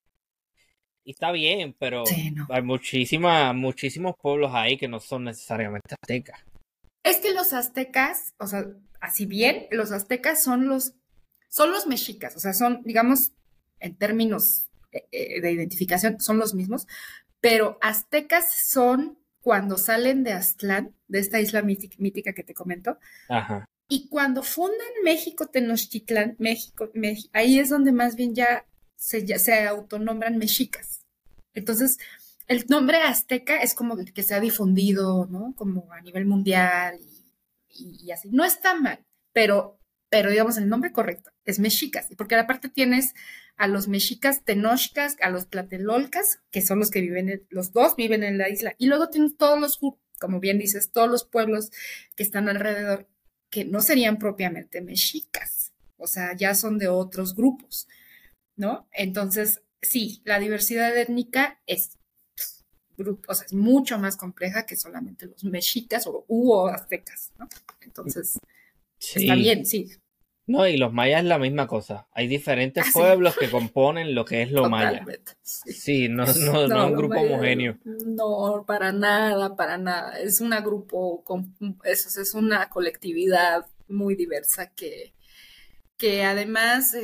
Y está bien, pero Sí, no. hay muchísimos pueblos ahí que no son necesariamente aztecas. Es que los aztecas, o sea, así bien, los aztecas son los mexicas, o sea, son, digamos, en términos de identificación, son los mismos, pero aztecas son cuando salen de Aztlán, de esta isla mítica que te comento, Ajá. y cuando fundan México, Tenochtitlán, ahí es donde más bien ya se autonombran mexicas. Entonces, el nombre azteca es como el que se ha difundido, ¿no? Como a nivel mundial y así. No está mal, pero digamos el nombre correcto es mexicas, porque aparte tienes a los mexicas tenochcas, a los tlatelolcas, que son los que los dos viven en la isla, y luego tienes todos como bien dices, todos los pueblos que están alrededor, que no serían propiamente mexicas, o sea, ya son de otros grupos, ¿no? Entonces, sí, la diversidad étnica es, o sea, es mucho más compleja que solamente los mexicas o aztecas, ¿no? Entonces, está Sí. bien, sí. No, y los mayas es la misma cosa. Hay diferentes Ah, sí, pueblos que componen lo que es lo maya. totalmente, sí. Sí, no es No, un lo grupo maya, homogéneo. no, para nada, para nada. Es un grupo, es una colectividad muy diversa que además,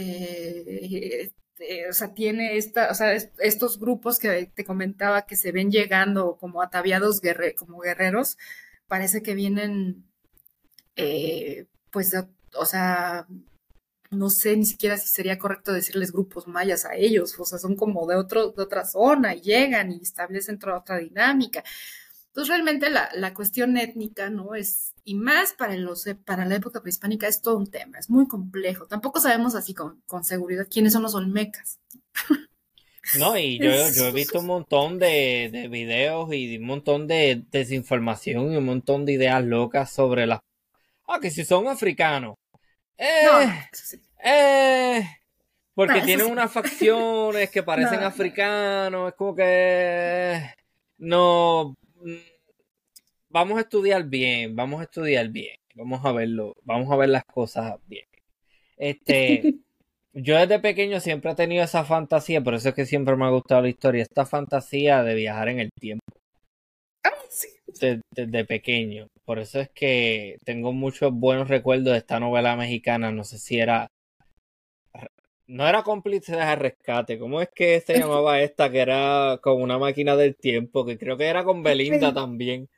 o sea, tiene o sea, estos grupos que te comentaba que se ven llegando como ataviados como guerreros, parece que vienen, pues, o sea, no sé ni siquiera si sería correcto decirles grupos mayas a ellos, o sea, son como de otra zona y llegan y establecen otra dinámica. Entonces, realmente la cuestión étnica, ¿no? Y más para la época prehispánica es todo un tema, es muy complejo. Tampoco sabemos así con seguridad quiénes son los olmecas. No, y yo he Es, visto un montón de videos y un montón de desinformación y un montón de ideas locas sobre las... Ah, que si son africanos. no, Eh, no, eso sí. eh, No, porque eso tienen sí. unas facciones que parecen No, no. africanos. Es como que... No... Vamos a estudiar bien, vamos a estudiar bien. Vamos a verlo, vamos a ver las cosas bien. Este, yo desde pequeño siempre he tenido esa fantasía, por eso es que siempre me ha gustado la historia, esta fantasía de viajar en el tiempo Ah, sí. desde pequeño. Por eso es que tengo muchos buenos recuerdos de esta novela mexicana. No sé si era, no era cómplice de rescate. ¿Cómo es que se llamaba esta que era con una máquina del tiempo? Que creo que era con Belinda Ok. también.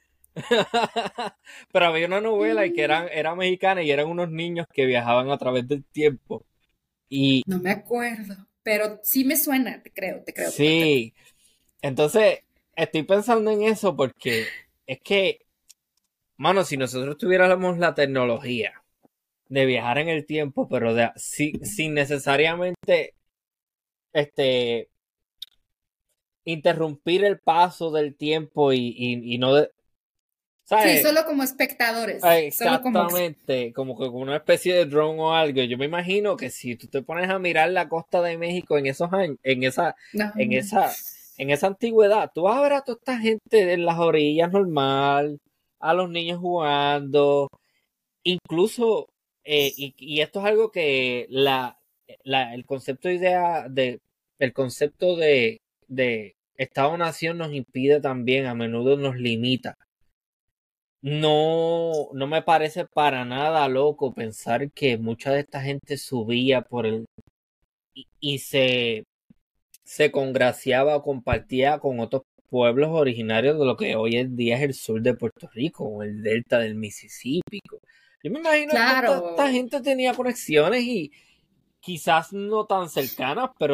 Pero había una novela y que era mexicana y eran unos niños que viajaban a través del tiempo. Y No me acuerdo, pero sí me suena, te creo totalmente. sí, entonces estoy pensando en eso porque es que, mano, si nosotros tuviéramos la tecnología de viajar en el tiempo, pero sin necesariamente este, interrumpir el paso del tiempo y no, Sí, ¿sabes? solo como espectadores, solo como... Exactamente, como que con una especie de drone o algo. Yo me imagino que si tú te pones a mirar la costa de México en esos años, No, en esa, en esa antigüedad, tú vas a ver a toda esta gente en las orillas normal, a los niños jugando, incluso, y esto es algo que el concepto el concepto de Estado-nación nos impide también, a menudo nos limita. No me parece para nada loco pensar que mucha de esta gente subía por y se congraciaba o compartía con otros pueblos originarios de lo que hoy en día es el sur de Puerto Rico o el delta del Mississippi. Yo me imagino que esta claro, gente tenía conexiones y quizás no tan cercanas, pero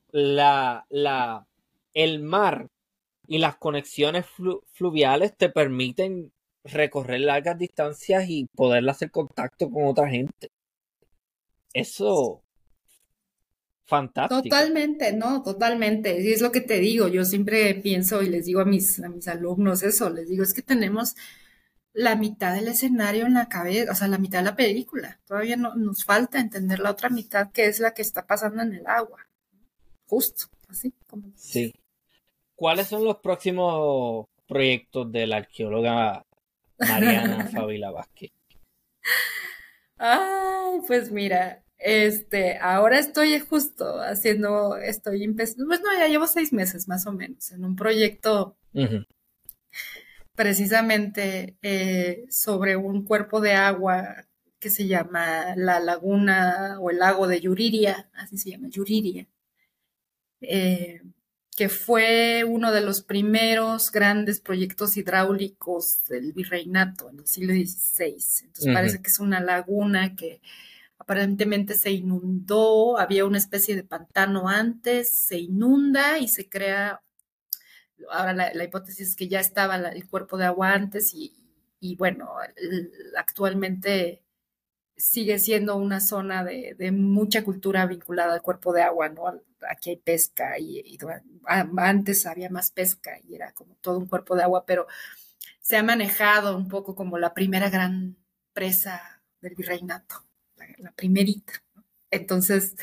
el mar y las conexiones fluviales te permiten recorrer largas distancias y poder hacer contacto con otra gente. Eso, fantástico. totalmente, no, totalmente. Y es lo que te digo, yo siempre pienso y les digo a mis alumnos eso, les digo, es que tenemos la mitad del escenario en la cabeza, o sea, la mitad de la película. Todavía no, nos falta entender la otra mitad que es la que está pasando en el agua, justo, así como dices. Sí. ¿Cuáles son los próximos proyectos de la arqueóloga Mariana Fabila Vázquez? Ay, pues mira, ahora estoy justo estoy empezando, pues no, ya llevo 6 meses más o menos en un proyecto Ujú, precisamente sobre un cuerpo de agua que se llama la laguna o el lago de Yuriria, así se llama, Yuriria, eh, que fue uno de los primeros grandes proyectos hidráulicos del virreinato en el siglo XVI. Entonces ujú. parece que es una laguna que aparentemente se inundó, había una especie de pantano antes, se inunda y se crea, ahora la hipótesis es que ya estaba el cuerpo de agua antes y bueno, actualmente sigue siendo una zona de mucha cultura vinculada al cuerpo de agua, ¿no? Aquí hay pesca y antes había más pesca y era como todo un cuerpo de agua, pero se ha manejado un poco como la primera gran presa del virreinato, la primerita. Entonces,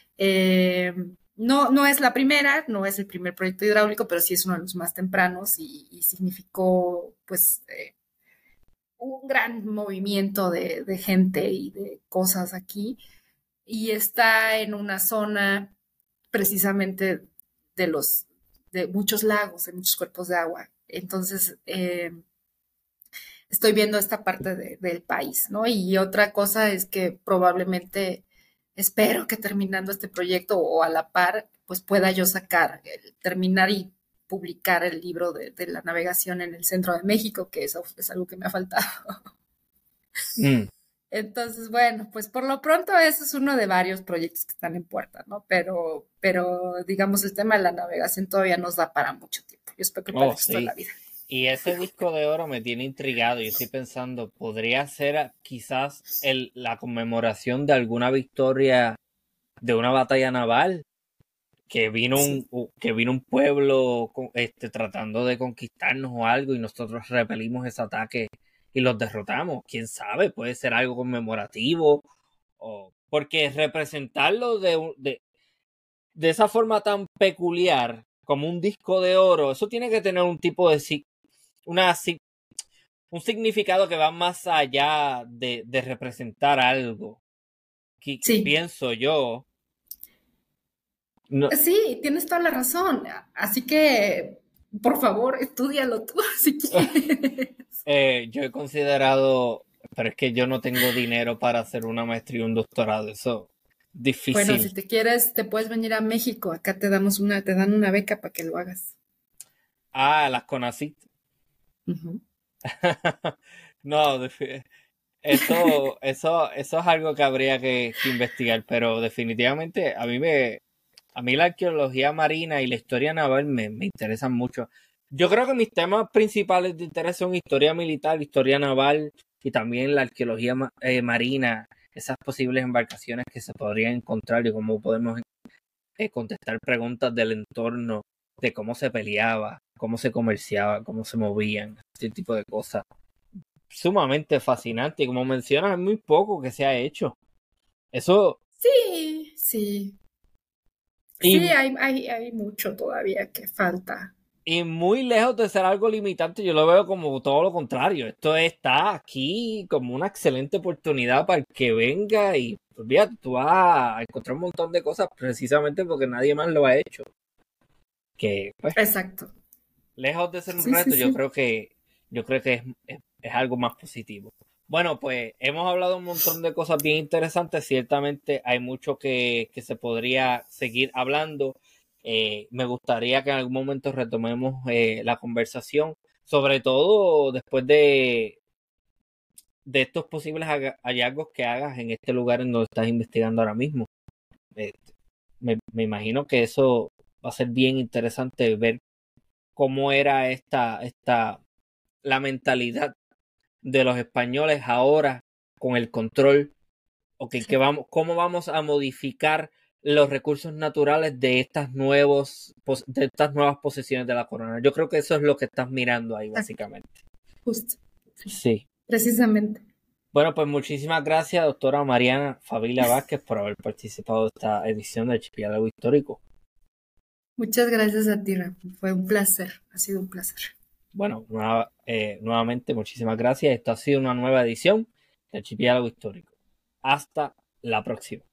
no es la primera, no es el primer proyecto hidráulico, pero sí es uno de los más tempranos y significó pues un gran movimiento de gente y de cosas aquí. Y está en una zona precisamente de los de muchos lagos, de muchos cuerpos de agua. Entonces, estoy viendo esta parte del país, ¿no? Y otra cosa es que probablemente espero que terminando este proyecto o a la par, pues pueda yo terminar y publicar el libro de la navegación en el centro de México, que eso es algo que me ha faltado. Mm. Entonces, bueno, pues por lo pronto ese es uno de varios proyectos que están en puerta, ¿no? Pero digamos, el tema de la navegación todavía nos da para mucho tiempo. Yo espero que para Oh, el resto de sí. la vida. Y ese disco de oro me tiene intrigado. Yo estoy pensando, ¿podría ser quizás la conmemoración de alguna victoria de una batalla naval? Sí. Que vino un pueblo tratando de conquistarnos o algo y nosotros repelimos ese ataque y los derrotamos. ¿Quién sabe? Puede ser algo conmemorativo. Porque representarlo de esa forma tan peculiar como un disco de oro, eso tiene que tener un tipo de una, un significado que va más allá de representar algo. Sí, Pienso yo. No, sí, tienes toda la razón. Así que, por favor, estúdialo tú si quieres. yo he considerado, pero es que yo no tengo dinero para hacer una maestría y un doctorado. Eso Bueno, difícil. si te quieres, te puedes venir a México. Acá te dan una beca para que lo hagas. Ah, las CONACYT. Ujú. No, eso es algo que habría que investigar, pero definitivamente a mí la arqueología marina y la historia naval me interesan mucho. Yo creo que mis temas principales de interés son historia militar, historia naval y también la arqueología marina, esas posibles embarcaciones que se podrían encontrar y cómo podemos contestar preguntas del entorno, de cómo se peleaba, cómo se comerciaba, cómo se movían, este tipo de cosas. Sumamente fascinante y como mencionas, es muy poco que se ha hecho. Eso, Sí, sí. Sí, y hay mucho todavía que falta. Y muy lejos de ser algo limitante, yo lo veo como todo lo contrario. Esto está aquí como una excelente oportunidad para el que venga y olvídate, tú vas a encontrar un montón de cosas precisamente porque nadie más lo ha hecho. Que pues, Exacto. lejos de ser un Sí, sí, reto, sí. yo creo que es algo más positivo. Bueno, pues hemos hablado un montón de cosas bien interesantes. Ciertamente hay mucho que se podría seguir hablando. Me gustaría que en algún momento retomemos la conversación, sobre todo después de estos posibles hallazgos que hagas en este lugar en donde estás investigando ahora mismo. Eh, me imagino que eso va a ser bien interesante ver cómo era la mentalidad de los españoles ahora con el control, Sí. cómo vamos a modificar los recursos naturales de estas nuevas posesiones de la corona. Yo creo que eso es lo que estás mirando ahí, Exacto. básicamente. Justo. Sí. Sí. Precisamente. Bueno, pues muchísimas gracias, doctora Mariana Favila Vázquez, por haber participado de esta edición del Archipiélago Histórico. Muchas gracias a ti, Rafa. Fue un placer. Ha sido un placer. Bueno, nuevamente, muchísimas gracias. Esta ha sido una nueva edición del Archipiélago Histórico. Hasta la próxima.